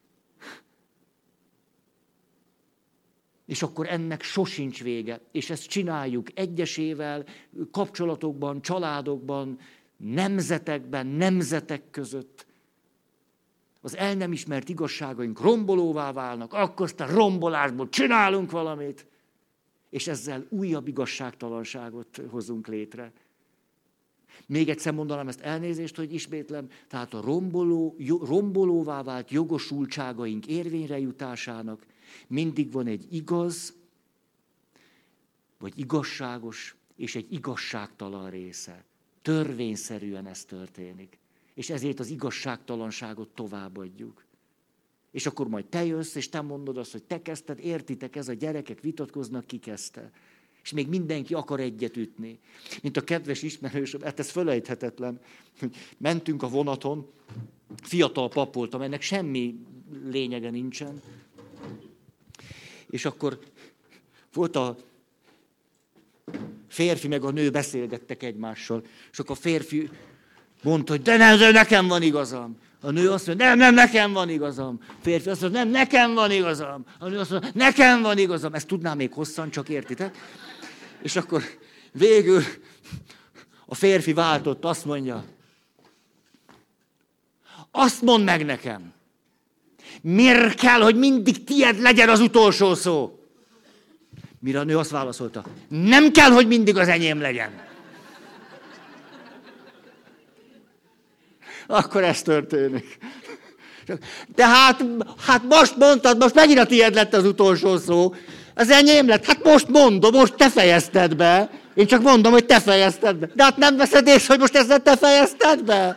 És akkor ennek sosincs vége. És ezt csináljuk egyesével, kapcsolatokban, családokban, nemzetekben, nemzetek között. Az el nem ismert igazságaink rombolóvá válnak, akkor aztán rombolásból csinálunk valamit, és ezzel újabb igazságtalanságot hozunk létre. Még egyszer mondanám ezt, elnézést, hogy ismétlem, tehát a romboló, rombolóvá vált jogosultságaink érvényre jutásának mindig van egy igaz, vagy igazságos, és egy igazságtalan része. Törvényszerűen ez történik. És ezért az igazságtalanságot továbbadjuk. És akkor majd te jössz, és te mondod azt, hogy te kezdted, értitek, ez a gyerekek vitatkoznak, ki kezdte. És még mindenki akar egyet ütni. Mint a kedves ismerősöm, hát ez fölejthetetlen, hogy mentünk a vonaton, fiatal pap voltam, ennek semmi lényege nincsen. És akkor volt a férfi meg a nő beszélgettek egymással, és akkor a férfi mondta, hogy de nem, de nekem van igazam. A nő azt mondja, nem, nem, nekem van igazam. A férfi azt mondja, nem, nekem van igazam. A nő azt mondja, nekem van igazam. Ezt tudnám még hosszan, csak értitek? És akkor végül a férfi váltott, azt mondja, azt mondd meg nekem, miért kell, hogy mindig tied legyen az utolsó szó? Mire a nő azt válaszolta, nem kell, hogy mindig az enyém legyen. Akkor ez történik. De hát, hát most mondtad, most megint a tiéd lett az utolsó szó. Az enyém lett, hát most mondom, most te fejezted be. Én csak mondom, hogy te fejezted be. De hát nem veszed észre, hogy most ezzel te fejezted be?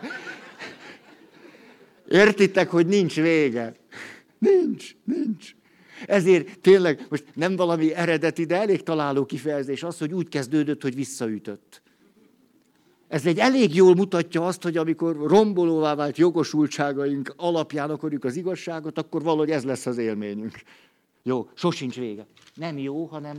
Értitek, hogy nincs vége? Nincs, nincs. Ezért tényleg, most nem valami eredeti, de elég találó kifejezés az, hogy úgy kezdődött, hogy visszaütött. Ez egy elég jól mutatja azt, hogy amikor rombolóvá vált jogosultságaink alapján akarjuk az igazságot, akkor valahogy ez lesz az élményünk. Jó, sosincs vége. Nem jó, hanem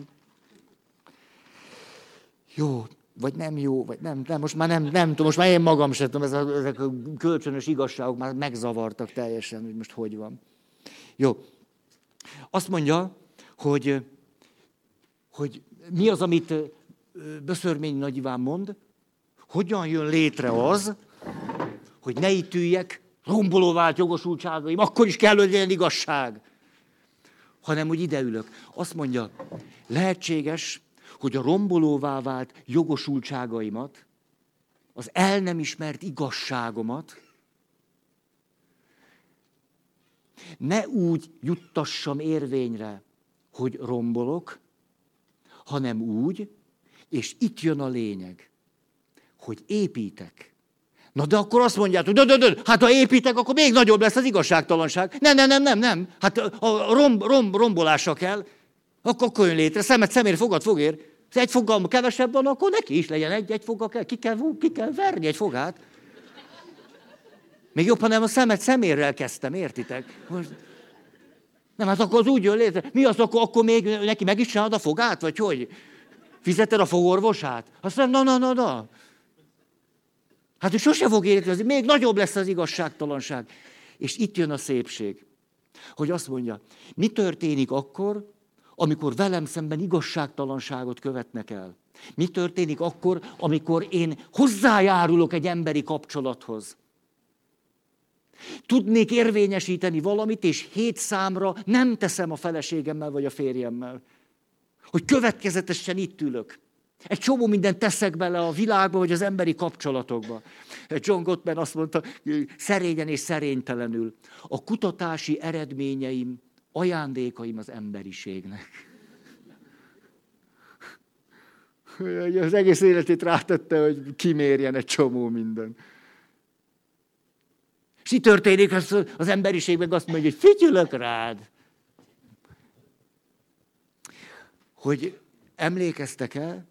jó, vagy nem jó, vagy nem, nem most már nem, nem tudom, most már én magam sem tudom, ezek a kölcsönös igazságok már megzavartak teljesen, hogy most hogy van. Jó. Azt mondja, hogy, hogy mi az, amit Böszörmény Nagy Iván mond, hogyan jön létre az, hogy ne itt üljek, romboló vált jogosultságaim, akkor is kell, hogy legyen igazság. Hanem, hogy ide ülök. Azt mondja, lehetséges, hogy a rombolóvá vált jogosultságaimat, az el nem ismert igazságomat ne úgy juttassam érvényre, hogy rombolok, hanem úgy, és itt jön a lényeg, hogy építek. Na de akkor azt mondjátok, de, de, de, hát ha építek, akkor még nagyobb lesz az igazságtalanság. Nem, nem, nem, nem, nem. Hát a rom, rom, rombolása kell, akkor, akkor jön létre. Szemet szemér, fogad fogér. Egy foggal kevesebb van, akkor neki is legyen egy, egy foggal kell. Ki kell, ki kell verni egy fogát. Még jobb, hanem a szemet szemérrel kezdtem, értitek? Most... Nem, hát akkor az úgy jön létre. Mi az, akkor, akkor még neki meg is csinálod a fogát, vagy hogy? Fizeted a fogorvosát? Azt mondja, na, na, na, na. Hát ő sose fog érkezni, még nagyobb lesz az igazságtalanság. És itt jön a szépség, hogy azt mondja, mi történik akkor, amikor velem szemben igazságtalanságot követnek el? Mi történik akkor, amikor én hozzájárulok egy emberi kapcsolathoz? Tudnék érvényesíteni valamit, és hét számra nem teszem a feleségemmel vagy a férjemmel. Hogy következetesen itt ülök. Egy csomó mindent teszek bele a világba, vagy az emberi kapcsolatokba. John Gottman azt mondta, szerényen és szerénytelenül. A kutatási eredményeim, ajándékaim az emberiségnek. Az egész életét rátette, hogy kimérjen egy csomó minden. És így történik, az emberiség meg azt mondja, hogy figyelök rád. Hogy emlékeztek el,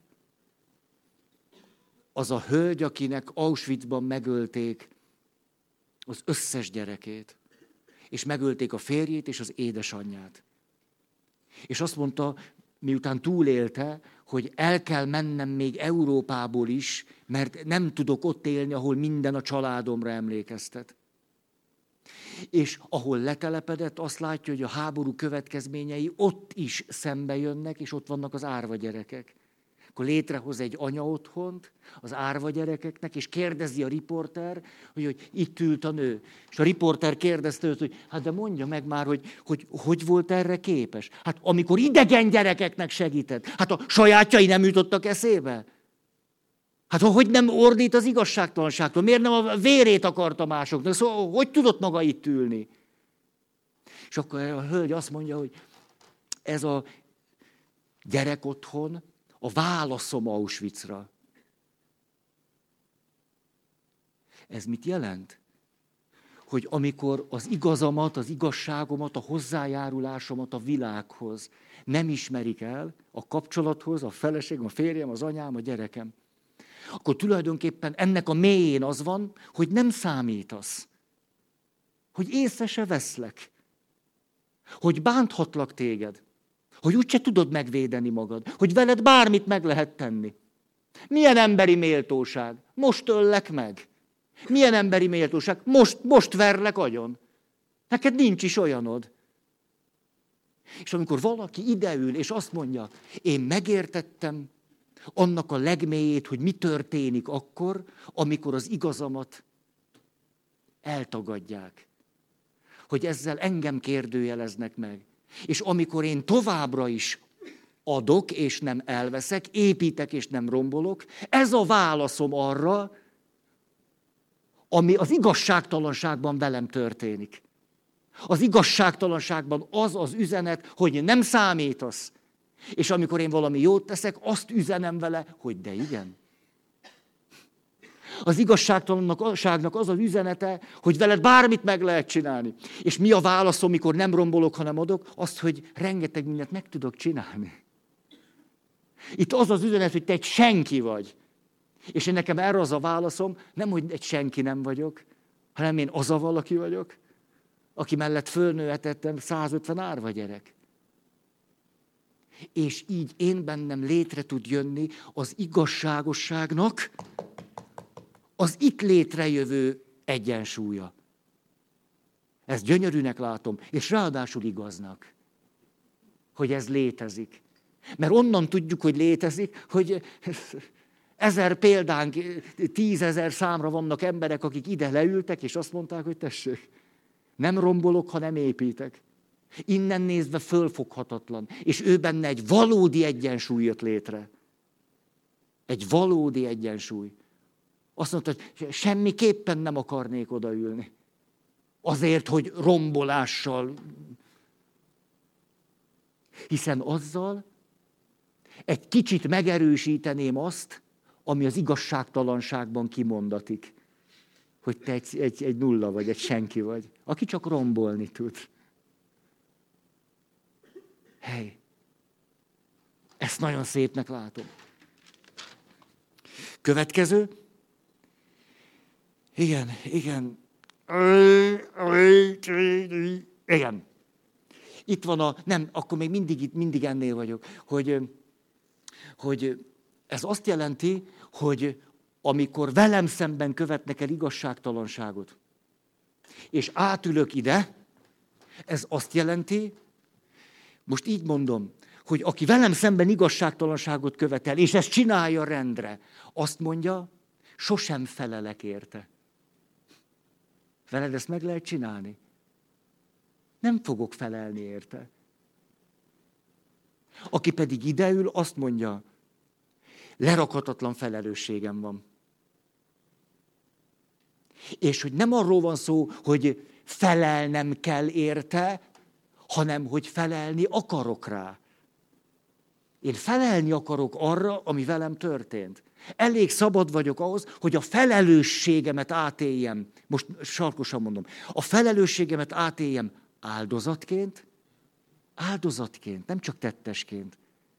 az a hölgy, akinek Auschwitzban megölték az összes gyerekét, és megölték a férjét és az édesanyját. És azt mondta, miután túlélte, hogy el kell mennem még Európából is, mert nem tudok ott élni, ahol minden a családomra emlékeztet. És ahol letelepedett, azt látja, hogy a háború következményei ott is szembe jönnek, és ott vannak az árva gyerekek. Akkor létrehoz egy anya otthont az árva gyerekeknek, és kérdezi a riporter, hogy, hogy itt ült a nő. És a riporter kérdezte őt, hogy hát de mondja meg már, hogy, hogy hogy volt erre képes. Hát amikor idegen gyerekeknek segített, hát a sajátjai nem jutottak eszébe. Hát hogy nem ordít az igazságtalanságtól? Miért nem a vérét akarta másoknak? Szóval hogy tudott maga itt ülni? És akkor a hölgy azt mondja, hogy ez a gyerek otthon a válaszom Auschwitzra. Ez mit jelent? Hogy amikor az igazamat, az igazságomat, a hozzájárulásomat a világhoz nem ismerik el, a kapcsolathoz, a feleségem, a férjem, az anyám, a gyerekem, akkor tulajdonképpen ennek a mélyén az van, hogy nem számítasz. Hogy észre se veszlek. Hogy bánthatlak téged. Hogy úgyse tudod megvédeni magad. Hogy veled bármit meg lehet tenni. Milyen emberi méltóság? Most öllek meg. Milyen emberi méltóság? Most, most verlek agyon. Neked nincs is olyanod. És amikor valaki ideül, és azt mondja, én megértettem annak a legmélyét, hogy mi történik akkor, amikor az igazamat eltagadják. Hogy ezzel engem kérdőjeleznek meg. És amikor én továbbra is adok, és nem elveszek, építek, és nem rombolok, ez a válaszom arra, ami az igazságtalanságban velem történik. Az igazságtalanságban az az üzenet, hogy nem számítasz. És amikor én valami jót teszek, azt üzenem vele, hogy de igen. Az igazságtalanságnak az az üzenete, hogy veled bármit meg lehet csinálni. És mi a válaszom, mikor nem rombolok, hanem adok? Azt, hogy rengeteg mindent meg tudok csinálni. Itt az az üzenet, hogy te egy senki vagy. És én nekem erre az a válaszom, nem, hogy egy senki nem vagyok, hanem én az a valaki vagyok, aki mellett fölnőhetettem százötven árva gyerek. És így én bennem létre tud jönni az igazságosságnak az itt létrejövő egyensúlya. Ezt gyönyörűnek látom, és ráadásul igaznak, hogy ez létezik. Mert onnan tudjuk, hogy létezik, hogy ezer példánk, tízezer számra vannak emberek, akik ide leültek, és azt mondták, hogy tessék, nem rombolok, hanem építek. Innen nézve fölfoghatatlan. És ő benne egy valódi egyensúly jött létre. Egy valódi egyensúly. Azt mondta, hogy semmiképpen nem akarnék odaülni. Azért, hogy rombolással. Hiszen azzal egy kicsit megerősíteném azt, ami az igazságtalanságban kimondatik. Hogy te egy, egy, egy nulla vagy, egy senki vagy, aki csak rombolni tud. Hely, ezt nagyon szépnek látom. Következő. Igen, igen. Igen. Itt van a, nem, akkor még mindig, mindig ennél vagyok, hogy, hogy ez azt jelenti, hogy amikor velem szemben követnek el igazságtalanságot, és átülök ide, ez azt jelenti, most így mondom, hogy aki velem szemben igazságtalanságot követel, és ezt csinálja rendre, azt mondja, sosem felelek érte. Veled ezt meg lehet csinálni? Nem fogok felelni érte. Aki pedig ideül, azt mondja, lerakhatatlan felelősségem van. És hogy nem arról van szó, hogy felelnem kell érte, hanem hogy felelni akarok rá. Én felelni akarok arra, ami velem történt. Elég szabad vagyok ahhoz, hogy a felelősségemet átéljem. Most sarkosan mondom. A felelősségemet átéljem áldozatként, áldozatként, nem csak tettesként.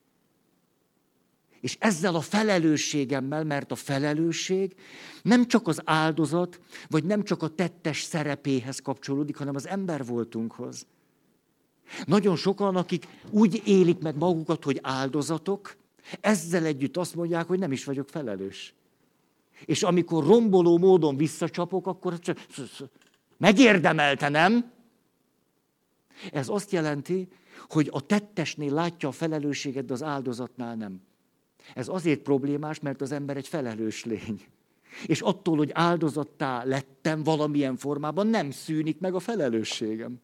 És ezzel a felelősségemmel, mert a felelősség nem csak az áldozat, vagy nem csak a tettes szerepéhez kapcsolódik, hanem az ember voltunkhoz. Nagyon sokan, akik úgy élik meg magukat, hogy áldozatok, ezzel együtt azt mondják, hogy nem is vagyok felelős. És amikor romboló módon visszacsapok, akkor csak megérdemelte, nem? Ez azt jelenti, hogy a tettesnél látja a felelősséget, de az áldozatnál nem. Ez azért problémás, mert az ember egy felelős lény. És attól, hogy áldozattá lettem valamilyen formában, nem szűnik meg a felelősségem.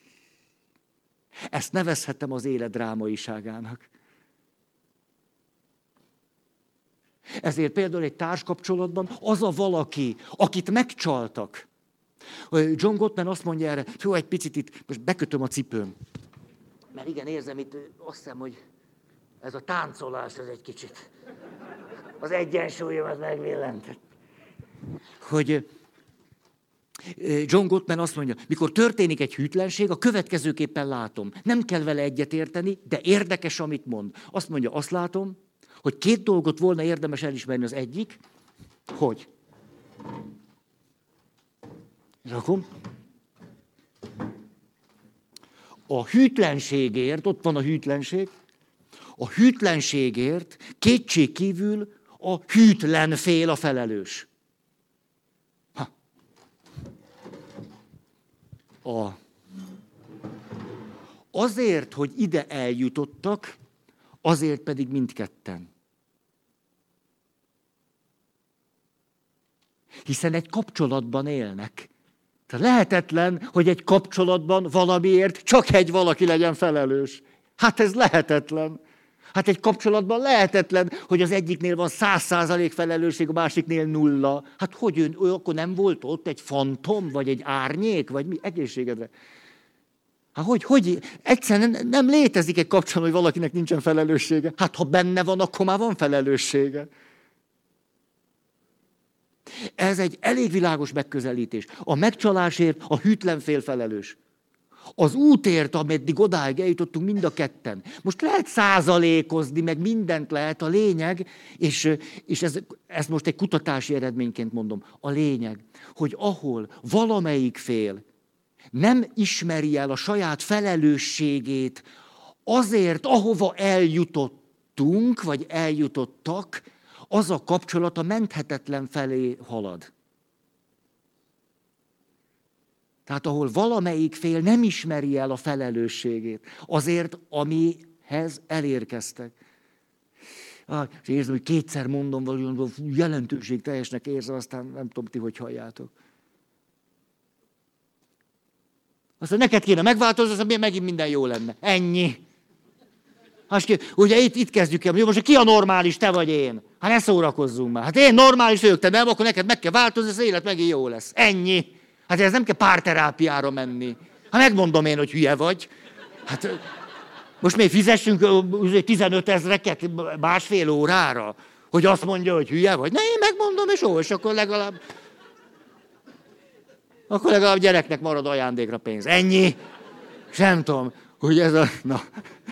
Ezt nevezhetem az élet drámaiságának. Ezért például egy társkapcsolatban az a valaki, akit megcsaltak. John Gottman azt mondja erre, jó, egy picit itt, most bekötöm a cipőm. Mert igen, érzem itt, azt hiszem, hogy ez a táncolás, ez egy kicsit. Az egyensúlyomat megvillentett. Hogy John Gottman azt mondja, mikor történik egy hűtlenség, a következőképpen látom. Nem kell vele egyetérteni, de érdekes, amit mond. Azt mondja, azt látom, hogy két dolgot volna érdemes elismerni. Az egyik, hogy... Rakom. A hűtlenségért, ott van a hűtlenség, a hűtlenségért kétség kívül a hűtlen fél a felelős. Ha. A. Azért, hogy ide eljutottak, azért pedig mindketten. Hiszen egy kapcsolatban élnek. Tehát lehetetlen, hogy egy kapcsolatban valamiért csak egy valaki legyen felelős. Hát ez lehetetlen. Hát egy kapcsolatban lehetetlen, hogy az egyiknél van száz százalék felelősség, a másiknél nulla. Hát hogy ön, ő akkor nem volt ott egy fantom, vagy egy árnyék, vagy mi? Egészségedre. Hát hogy, hogy? Egyszerűen nem, nem létezik egy kapcsolat, hogy valakinek nincsen felelőssége. Hát ha benne van, akkor már van felelőssége. Ez egy elég világos megközelítés. A megcsalásért a hűtlen fél felelős. Az útért, ameddig odáig eljutottunk mind a ketten. Most lehet százalékozni, meg mindent lehet, a lényeg, és, és ez, ezt most egy kutatási eredményként mondom, a lényeg, hogy ahol valamelyik fél nem ismeri el a saját felelősségét azért, ahova eljutottunk, vagy eljutottak, az a kapcsolat a menthetetlen felé halad. Tehát ahol valamelyik fél nem ismeri el a felelősségét, azért, amihez elérkeztek. Ah, és érzem, hogy kétszer mondom, valami jelentőség teljesnek érzem, aztán nem tudom ti, hogy halljátok. Azt mondja, neked kéne megváltozni, aztán megint minden jó lenne. Ennyi. Hát, ugye itt, itt kezdjük el, most ki a normális, te vagy én? Hát ne szórakozzunk már. Hát én normális vagyok, te nem, akkor neked meg kell változni, az élet megint jó lesz. Ennyi. Hát ez nem kell párterápiára menni. Hát megmondom én, hogy hülye vagy. Hát most még fizessünk tizenöt ezreket másfél órára, hogy azt mondja, hogy hülye vagy. Ne, én megmondom, és ó, és akkor legalább... Akkor legalább gyereknek marad ajándékra pénz. Ennyi. És nem tudom, hogy ez a... Na.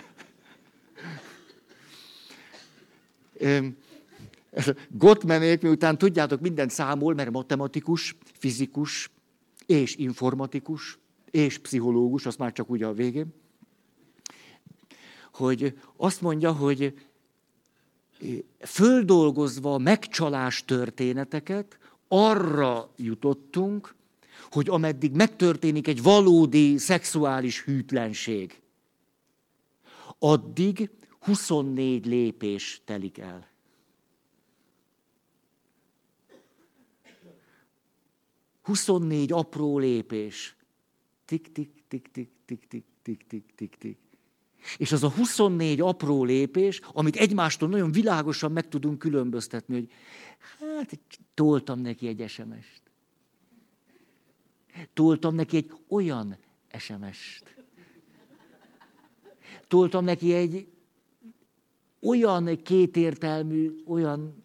Gottmanék, miután tudjátok, mindent számol, mert matematikus, fizikus, és informatikus, és pszichológus, azt már csak ugye a végén, hogy azt mondja, hogy földolgozva a megcsalás történeteket, arra jutottunk, hogy ameddig megtörténik egy valódi szexuális hűtlenség, addig huszonnégy lépés telik el. huszonnégy apró lépés. Tik, tik, tik, tik, tik, tik, tik, tik, tik, tik. És az a huszonnégy apró lépés, amit egymástól nagyon világosan meg tudunk különböztetni, hogy hát toltam neki egy es em est. Toltam neki egy olyan es em est. Toltam neki egy olyan kétértelmű, olyan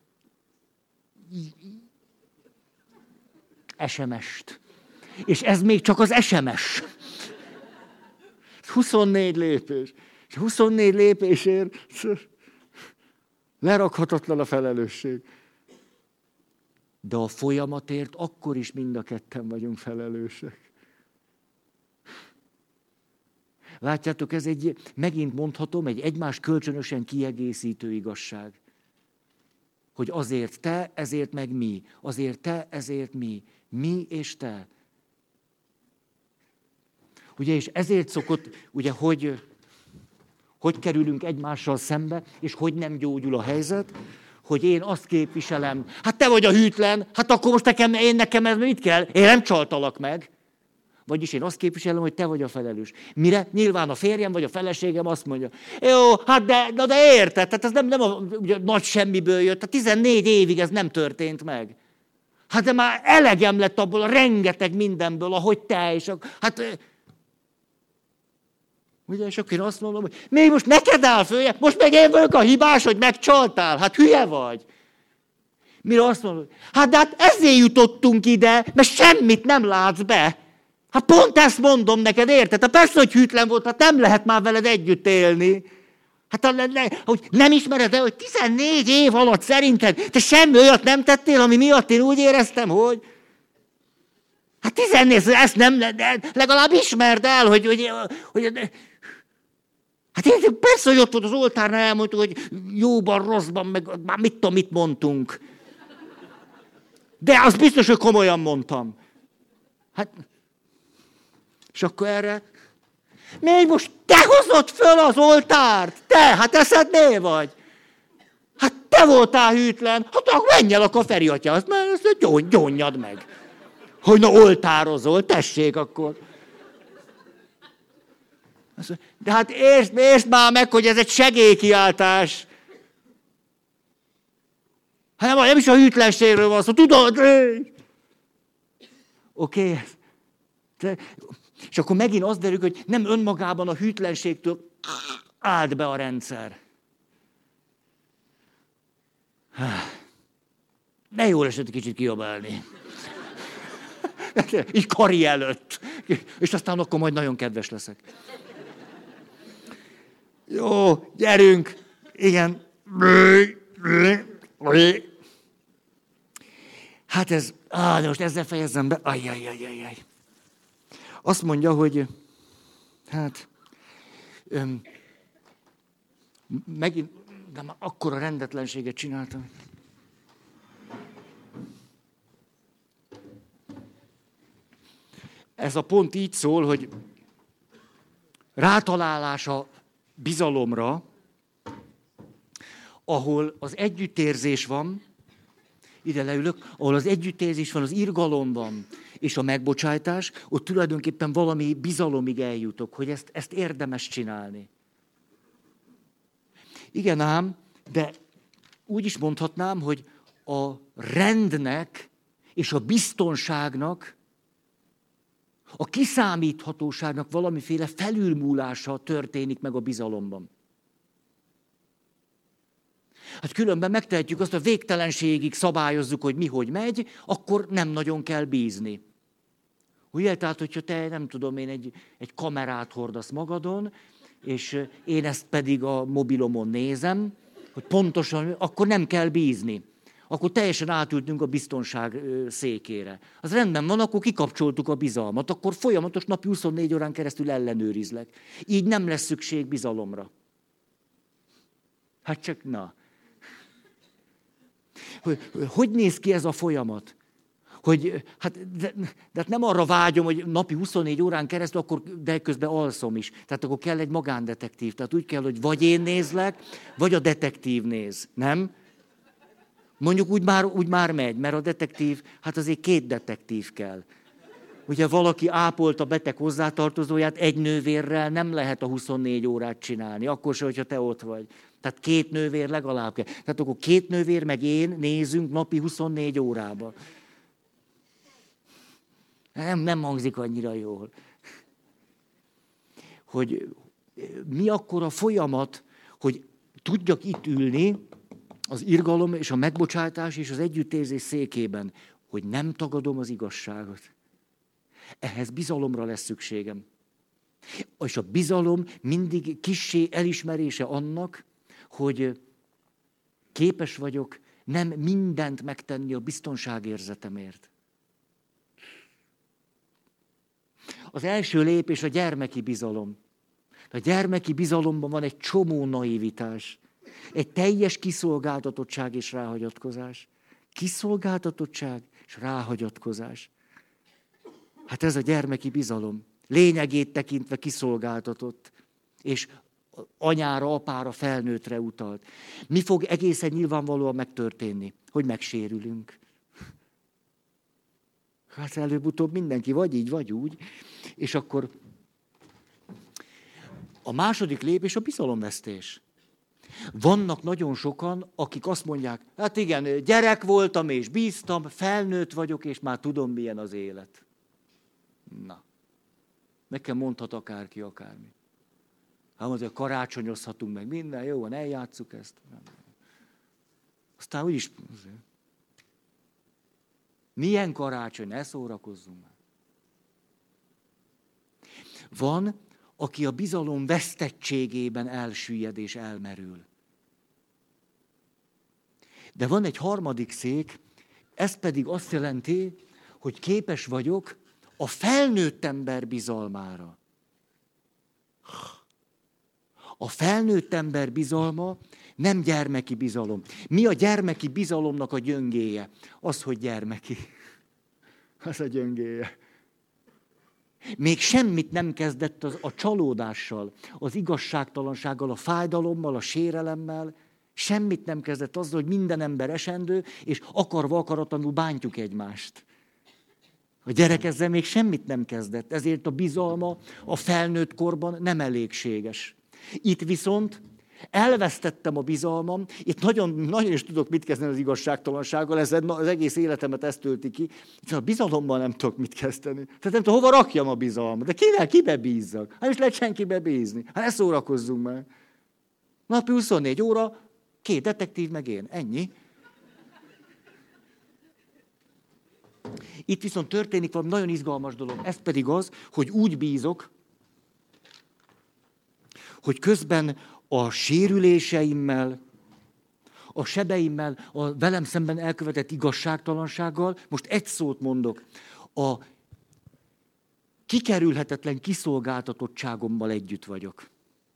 es em est. És ez még csak az es em es. huszonnégy lépés. És huszonnégy lépésért lerakhatatlan a felelősség. De a folyamatért akkor is mind a ketten vagyunk felelősek. Látjátok, ez egy, megint mondhatom, egy egymás kölcsönösen kiegészítő igazság. Hogy azért te, ezért meg mi. Azért te, ezért mi. Mi és te. Ugye, és ezért szokott, ugye, hogy, hogy kerülünk egymással szembe, és hogy nem gyógyul a helyzet, hogy én azt képviselem, hát te vagy a hűtlen, hát akkor most nekem, én nekem ez mit kell? Én nem csaltalak meg. Vagyis én azt képviselem, hogy te vagy a felelős. Mire? Nyilván a férjem vagy a feleségem azt mondja, jó, hát de, de, de érted, tehát ez nem, nem a ugye, nagy semmiből jött, tehát tizennégy évig ez nem történt meg. Hát de már elegem lett abból a rengeteg mindenből, ahogy te is. Hát, ugye, és akkor én azt mondom, hogy még most neked áll följebb, most meg én vagyok a hibás, hogy megcsaltál. Hát hülye vagy. Mire azt mondom, hát de hát ezért jutottunk ide, mert semmit nem látsz be. Hát pont ezt mondom neked, érted? Hát persze, hogy hűtlen volt, hát nem lehet már veled együtt élni. Hát hogy nem ismered el, hogy tizennégy év alatt szerinted te semmi olyat nem tettél, ami miatt én úgy éreztem, hogy... Hát tizennégy, ezt nem, legalább ismerd el, hogy... hogy, hogy hát én persze, hogy ott volt az oltárnál elmondtuk, hogy jóban, rosszban, meg már mit tudom, mit mondtunk. De az biztos, hogy komolyan mondtam. Hát... És akkor erre... Még most te hozott föl az oltárt? Te, hát eszednél vagy? Hát te voltál hűtlen, hát akkor menj el a Feri atyához, mert ezt gyóny, gyónjad meg. Hogy na oltározol, tessék akkor. De hát értsd, értsd már meg, hogy ez egy segélykiáltás. Hát nem, nem is a hűtlenségről van szó, tudod? Oké. Okay. És akkor megint az derül, hogy nem önmagában a hűtlenségtől állt be a rendszer. De jól esett kicsit kiabálni. Így kari előtt. És aztán akkor majd nagyon kedves leszek. Jó, gyerünk. Igen. Hát ez... Á, de most ezzel fejezzem be. Ajjajjajjaj. Azt mondja, hogy hát öm, megint, de már akkora rendetlenséget csináltam. Ez a pont így szól, hogy rátalálás a bizalomra, ahol az együttérzés van, ide leülök, ahol az együttérzés van, az irgalomban, és a megbocsájtás, ott tulajdonképpen valami bizalomig eljutok, hogy ezt, ezt érdemes csinálni. Igen ám, de úgy is mondhatnám, hogy a rendnek és a biztonságnak, a kiszámíthatóságnak valamiféle felülmúlása történik meg a bizalomban. Hát különben megtehetjük azt, a végtelenségig szabályozzuk, hogy mi hogy megy, akkor nem nagyon kell bízni. Ugye, tehát, hogyha te, nem tudom én, egy, egy kamerát hordasz magadon, és én ezt pedig a mobilomon nézem, hogy pontosan, akkor nem kell bízni. Akkor teljesen átültünk a biztonság székére. Az rendben van, akkor kikapcsoltuk a bizalmat, akkor folyamatos napi huszonnégy órán keresztül ellenőrizlek. Így nem lesz szükség bizalomra. Hát csak na. Hogy, hogy néz ki ez a folyamat? Hogy, hát, de, de hát nem arra vágyom, hogy napi huszonnégy órán keresztül, akkor, de közben alszom is. Tehát akkor kell egy magándetektív. Tehát úgy kell, hogy vagy én nézlek, vagy a detektív néz. Nem? Mondjuk úgy már, úgy már megy, mert a detektív, hát azért két detektív kell. Ugye valaki ápolt a beteg hozzátartozóját, egy nővérrel nem lehet a huszonnégy órát csinálni, akkor se, hogyha te ott vagy. Tehát két nővér legalább kell. Tehát akkor két nővér meg én nézünk napi huszonnégy órába. Nem, nem hangzik annyira jól. Hogy mi akkor a folyamat, hogy tudjak itt ülni az irgalom és a megbocsátás és az együttérzés székében, hogy nem tagadom az igazságot. Ehhez bizalomra lesz szükségem. És a bizalom mindig kissé elismerése annak, hogy képes vagyok nem mindent megtenni a biztonságérzetemért. Az első lépés a gyermeki bizalom. A gyermeki bizalomban van egy csomó naivitás. Egy teljes kiszolgáltatottság és ráhagyatkozás. Kiszolgáltatottság és ráhagyatkozás. Hát ez a gyermeki bizalom. Lényegét tekintve kiszolgáltatott. És anyára, apára, felnőttre utalt. Mi fog egészen nyilvánvalóan megtörténni? Hogy megsérülünk. Hát előbb-utóbb mindenki vagy így, vagy úgy. És akkor a második lépés a bizalomvesztés. Vannak nagyon sokan, akik azt mondják, hát igen, gyerek voltam és bíztam, felnőtt vagyok, és már tudom, milyen az élet. Na, nekem mondhat akárki akármi. Hát azért karácsonyozhatunk meg minden, jó van, eljátsszuk ezt. Aztán úgyis... Milyen karácsony, ne szórakozzunk már. Van, aki a bizalom vesztettségében elsüllyed és elmerül. De van egy harmadik szék, ez pedig azt jelenti, hogy képes vagyok a felnőtt ember bizalmára. A felnőtt ember bizalma nem gyermeki bizalom. Mi a gyermeki bizalomnak a gyöngéje? Az, hogy gyermeki. Az a gyöngéje. Még semmit nem kezdett az, a csalódással, az igazságtalansággal, a fájdalommal, a sérelemmel. Semmit nem kezdett azzal, hogy minden ember esendő, és akarva akaratlanul bántjuk egymást. A gyerek ezzel még semmit nem kezdett, ezért a bizalma a felnőtt korban nem elégséges. Itt viszont elvesztettem a bizalmam, itt nagyon, nagyon is tudok mit kezdeni az igazságtalansággal, ez az egész életemet ezt tölti ki. Itt a bizalommal nem tudok mit kezdeni. Tehát nem tudom, hova rakjam a bizalmat, de kivel, kibe bízzak? Hát is lehet senkibe bízni. Hát ne szórakozzunk már. Napi huszonnégy óra, két detektív meg én, ennyi. Itt viszont történik valami nagyon izgalmas dolog, ez pedig az, hogy úgy bízok, hogy közben a sérüléseimmel, a sebeimmel, a velem szemben elkövetett igazságtalansággal, most egy szót mondok, a kikerülhetetlen kiszolgáltatottságommal együtt vagyok.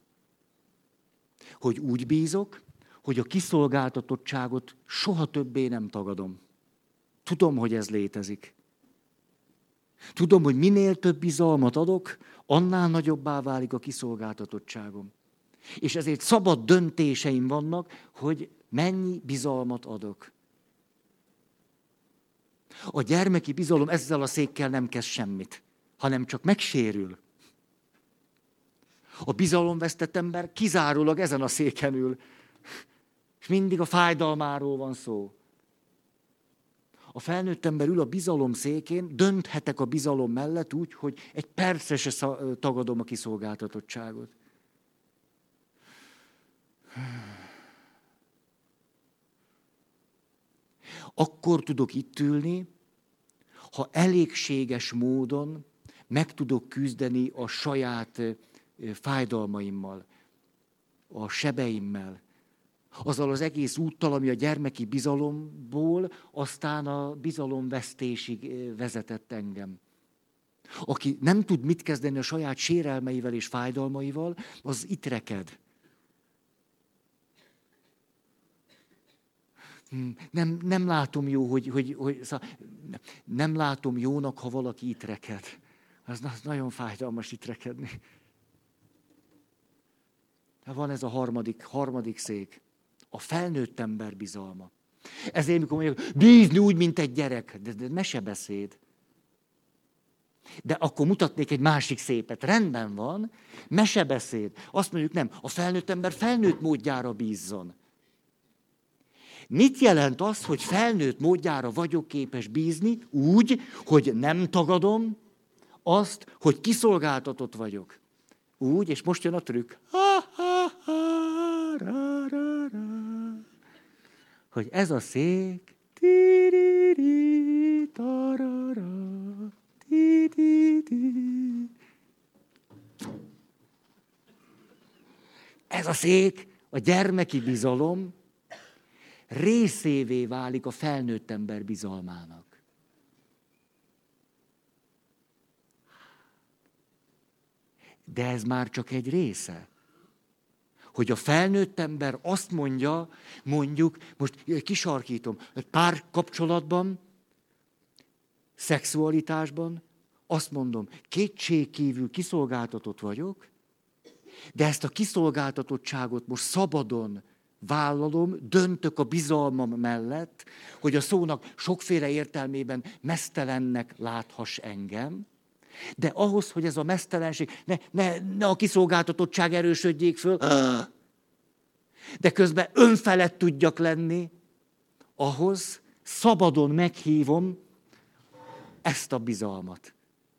Hogy úgy bízok, hogy a kiszolgáltatottságot soha többé nem tagadom. Tudom, hogy ez létezik. Tudom, hogy minél több bizalmat adok, annál nagyobbá válik a kiszolgáltatottságom. És ezért szabad döntéseim vannak, hogy mennyi bizalmat adok. A gyermeki bizalom ezzel a székkel nem kezd semmit, hanem csak megsérül. A bizalomvesztett ember kizárólag ezen a széken ül, és mindig a fájdalmáról van szó. A felnőtt ember ül a bizalom székén, dönthetek a bizalom mellett úgy, hogy egy percre se tagadom a kiszolgáltatottságot. Akkor tudok itt ülni, ha elégséges módon meg tudok küzdeni a saját fájdalmaimmal, a sebeimmel, azzal az egész úttal, ami a gyermeki bizalomból aztán a bizalomvesztésig vezetett engem. Aki nem tud mit kezdeni a saját sérelmeivel és fájdalmaival, az itt reked. Nem, nem látom jó, hogy, hogy, hogy szóval nem látom jónak, ha valaki itt reked. Az, az nagyon fájdalmas itt rekedni. Van ez a harmadik, harmadik szék. A felnőtt ember bizalma. Ezért, mikor mondjuk, bízni úgy, mint egy gyerek. De, de mesebeszéd. De akkor mutatnék egy másik szépet. Rendben van, mesebeszéd. Azt mondjuk nem, a felnőtt ember felnőtt módjára bízzon. Mit jelent az, hogy felnőtt módjára vagyok képes bízni úgy, hogy nem tagadom azt, hogy kiszolgáltatott vagyok? Úgy, és most jön a trükk. Hogy ez a szék, ez a szék, a gyermeki bizalom részévé válik a felnőtt ember bizalmának. De ez már csak egy része. Hogy a felnőtt ember azt mondja, mondjuk, most kisarkítom, pár kapcsolatban, szexualitásban, azt mondom, kétségkívül kiszolgáltatott vagyok, De ezt a kiszolgáltatottságot most szabadon vállalom, döntök a bizalmam mellett, hogy a szónak sokféle értelmében meztelennek láthass engem, de ahhoz, hogy ez a meztelenség, ne, ne, ne a kiszolgáltatottság erősödjék föl, de közben önfelett tudjak lenni, ahhoz szabadon meghívom ezt a bizalmat.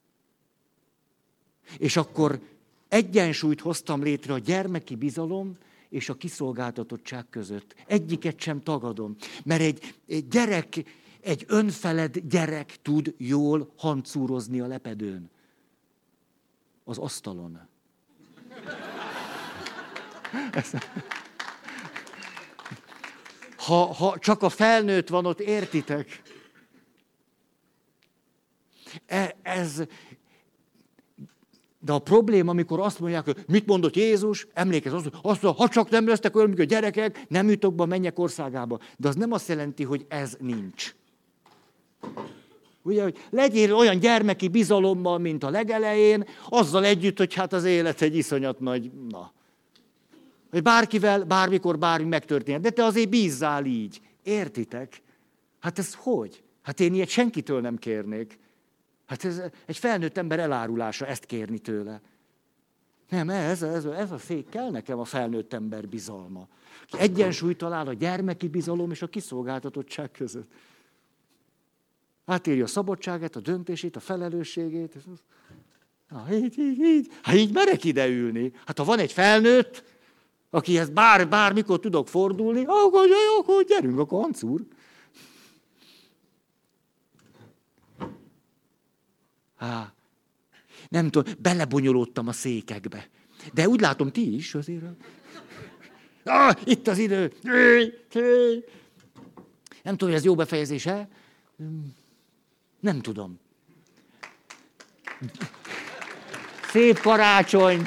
És akkor egyensúlyt hoztam létre a gyermeki bizalom és a kiszolgáltatottság között. Egyiket sem tagadom, mert egy, egy gyerek, egy önfeled gyerek tud jól hancúrozni a lepedőn. Az asztalon. Ha, ha csak a felnőtt van ott, értitek? E, ez... De a probléma, amikor azt mondják, hogy mit mondott Jézus, emlékezz, azt mondja, ha csak nem lesztek olyan, mint a gyerekek, nem jutok be a mennyek országába. De az nem azt jelenti, hogy ez nincs. Ugye, hogy legyél olyan gyermeki bizalommal, mint a legelején, azzal együtt, hogy hát az élet egy iszonyat nagy, na. Hogy bárkivel, bármikor, bármi megtörténhet. De te azért bízzál így. Értitek? Hát ez hogy? Hát én ilyet senkitől nem kérnék. Hát ez egy felnőtt ember elárulása ezt kérni tőle. Nem, ez, ez, ez a fék kell nekem a felnőtt ember bizalma. Egyensúlyt talál a gyermeki bizalom és a kiszolgáltatottság között. Átírja a szabadságát, a döntését, a felelősségét. Na, így, így, így. Hát így merek ide ülni. Hát ha van egy felnőtt, akihez bár, bármikor tudok fordulni, akkor, akkor gyerünk, akkor hancúr. Há, nem tudom, belebonyolódtam a székekbe. De úgy látom, ti is azért. Ah, itt az idő. Nem tudom, hogy ez jó befejezés-e? Nem tudom. Szép karácsony!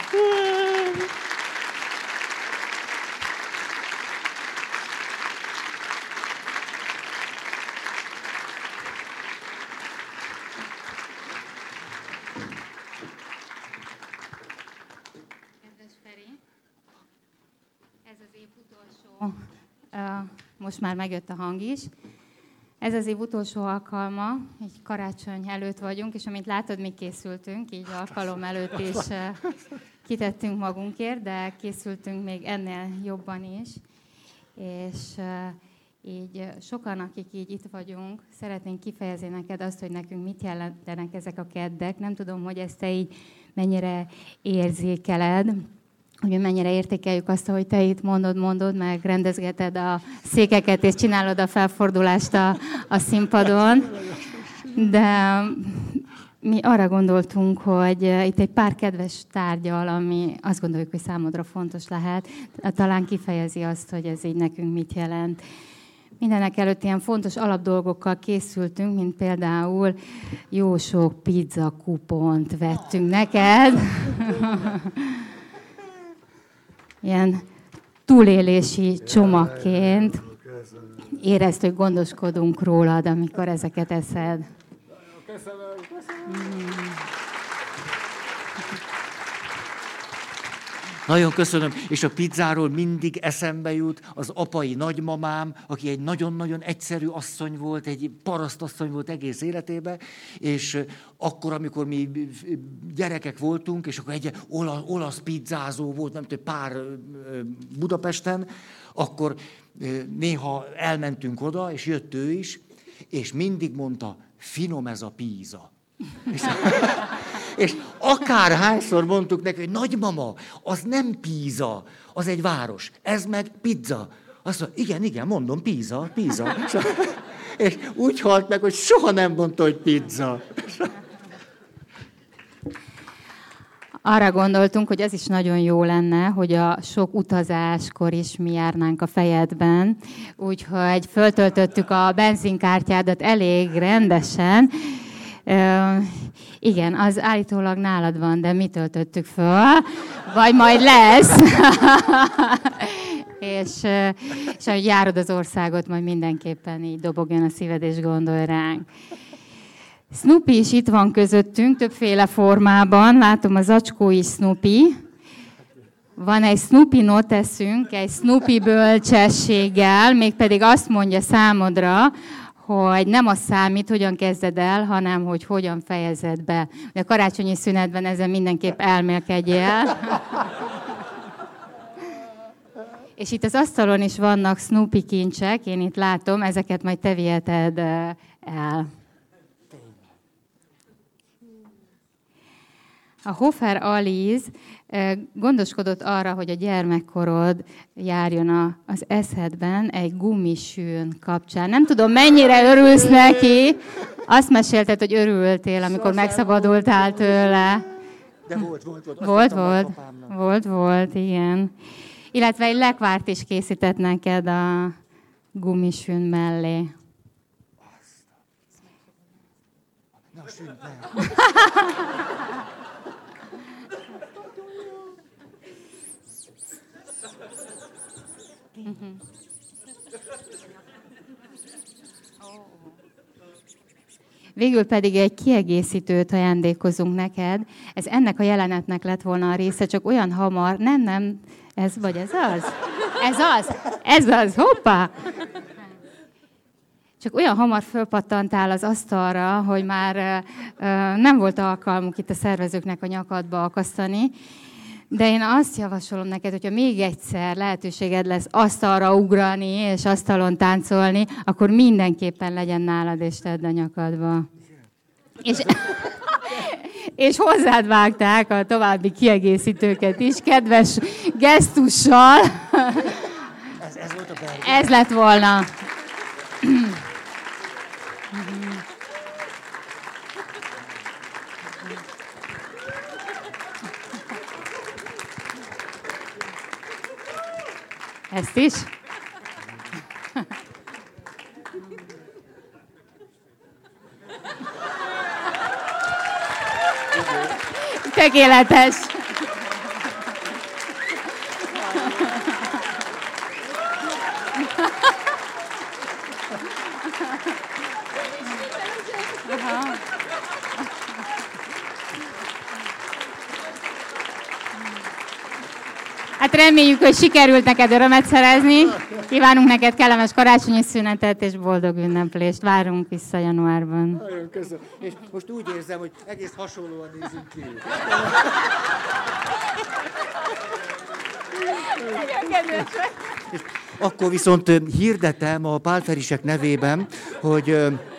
Most már megjött a hang is. Ez az év utolsó alkalma, így karácsony előtt vagyunk, és amint látod, mi készültünk, így alkalom előtt is kitettünk magunkért, de készültünk még ennél jobban is. És így sokan, akik így itt vagyunk, szeretnénk kifejezni neked azt, hogy nekünk mit jelentenek ezek a keddek. Nem tudom, hogy ezt te így mennyire érzékeled, hogy mennyire értékeljük azt, hogy te itt mondod, mondod, meg rendezgeted a székeket, és csinálod a felfordulást a, a színpadon. De mi arra gondoltunk, hogy itt egy pár kedves tárgyal, ami azt gondoljuk, hogy számodra fontos lehet, talán kifejezi azt, hogy ez így nekünk mit jelent. Mindenek előtt ilyen fontos alapdolgokkal készültünk, mint például jó sok pizza kupont vettünk neked. Ilyen túlélési csomagként. Érezd, hogy gondoskodunk rólad, amikor ezeket eszed. Köszönöm, köszönöm. Nagyon köszönöm, és a pizzáról mindig eszembe jut az apai nagymamám, aki egy nagyon-nagyon egyszerű asszony volt, egy parasztasszony volt egész életében, és akkor, amikor mi gyerekek voltunk, és akkor egy olasz, olasz pizzázó volt, nem tudom, pár Budapesten, akkor néha elmentünk oda, és jött ő is, és mindig mondta, finom ez a pizza. És, és akárhányszor mondtuk neki, hogy nagymama, az nem Píza, az egy város, ez meg pizza. Azt mondja, igen, igen, mondom, Píza, Píza. És úgy halt meg, hogy soha nem mondta, hogy pizza. Arra gondoltunk, hogy ez is nagyon jó lenne, hogy a sok utazáskor is mi járnánk a fejedben. Úgyhogy föltöltöttük a benzinkártyádat elég rendesen. Uh, igen, az állítólag nálad van, de mi töltöttük föl, vagy majd lesz. és, és ahogy járod az országot, majd mindenképpen így dobogjon a szíved, és gondolj ránk. Snoopy is itt van közöttünk, többféle formában. Látom, a zacskó is Snoopy. van egy Snoopy noteszünk, egy Snoopy bölcsességgel, mégpedig azt mondja számodra, hogy nem az számít, hogyan kezded el, hanem hogy hogyan fejezed be. De a karácsonyi szünetben ezen mindenképp elmélkedjél. És itt az asztalon is vannak Snoopy kincsek, én itt látom, ezeket majd te viheted el. A Hofer Aliz gondoskodott arra, hogy a gyermekkorod járjon az eszedben egy gumisűn kapcsán. Nem tudom, mennyire örülsz neki. Azt mesélted, hogy örültél, amikor megszabadultál tőle. De volt, volt, volt. Volt, volt. Volt, volt, igen. Illetve egy lekvárt is készített neked a gumisűn mellé. Na, sűn, Uh-huh. Végül pedig egy kiegészítőt ajándékozunk neked. Ez ennek a jelenetnek lett volna a része, csak olyan hamar. Nem, nem, ez vagy ez az? Ez az? Ez az, hoppá! Csak olyan hamar fölpattantál az asztalra, hogy már uh, nem volt alkalmuk itt a szervezőknek a nyakadba akasztani. De én azt javasolom neked, hogyha még egyszer lehetőséged lesz asztalra ugrani és asztalon táncolni, akkor mindenképpen legyen nálad és tedd a nyakadba. És, és hozzád vágták a további kiegészítőket is, kedves gesztussal. Ez, ez volt a bergen. Ez lett volna. Ezt is? Tökéletes. Aha. Hát reméljük, hogy sikerült neked örömet szerezni. Kívánunk neked kellemes karácsonyi szünetet és boldog ünneplést. Várunk vissza januárban. Nagyon köszönöm. És most úgy érzem, hogy egész hasonlóan nézünk ki. És akkor viszont hirdetem a pálferisek nevében, hogy...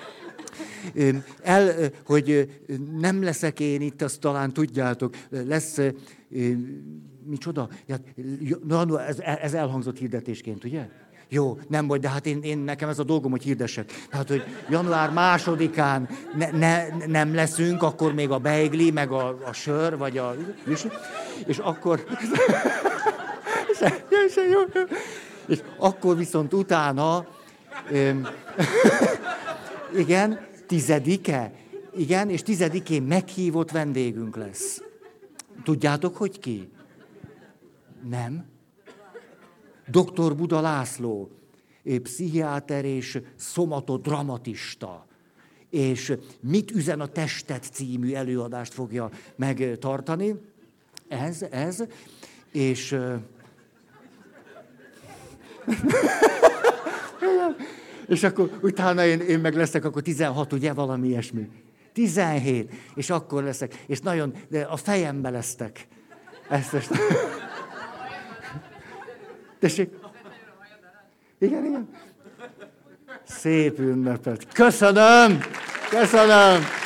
El, hogy nem leszek én itt, azt talán tudjátok, lesz, micsoda? Ez, ez elhangzott hirdetésként, ugye? Jó, nem baj, de hát én, én nekem ez a dolgom, hogy hirdessek. Tehát, hogy január másodikán ne, ne, nem leszünk, akkor még a beigli, meg a, a sör, vagy a... És akkor... És akkor viszont utána... Igen, tizedike? Igen, és tizedikén meghívott vendégünk lesz. Tudjátok, hogy ki? Nem? doktor Buda László, pszichiáter és szomatodramatista. És Mit üzen a testet című előadást fogja megtartani. Ez, ez. És... És akkor utána én, én meg leszek, akkor tizenhat, ugye, valami ilyesmi. tizenhét, és akkor leszek. És nagyon, de a fejembe lesztek. Ezt most... Tessék? Igen, igen. Szép ünnepet. Köszönöm! Köszönöm!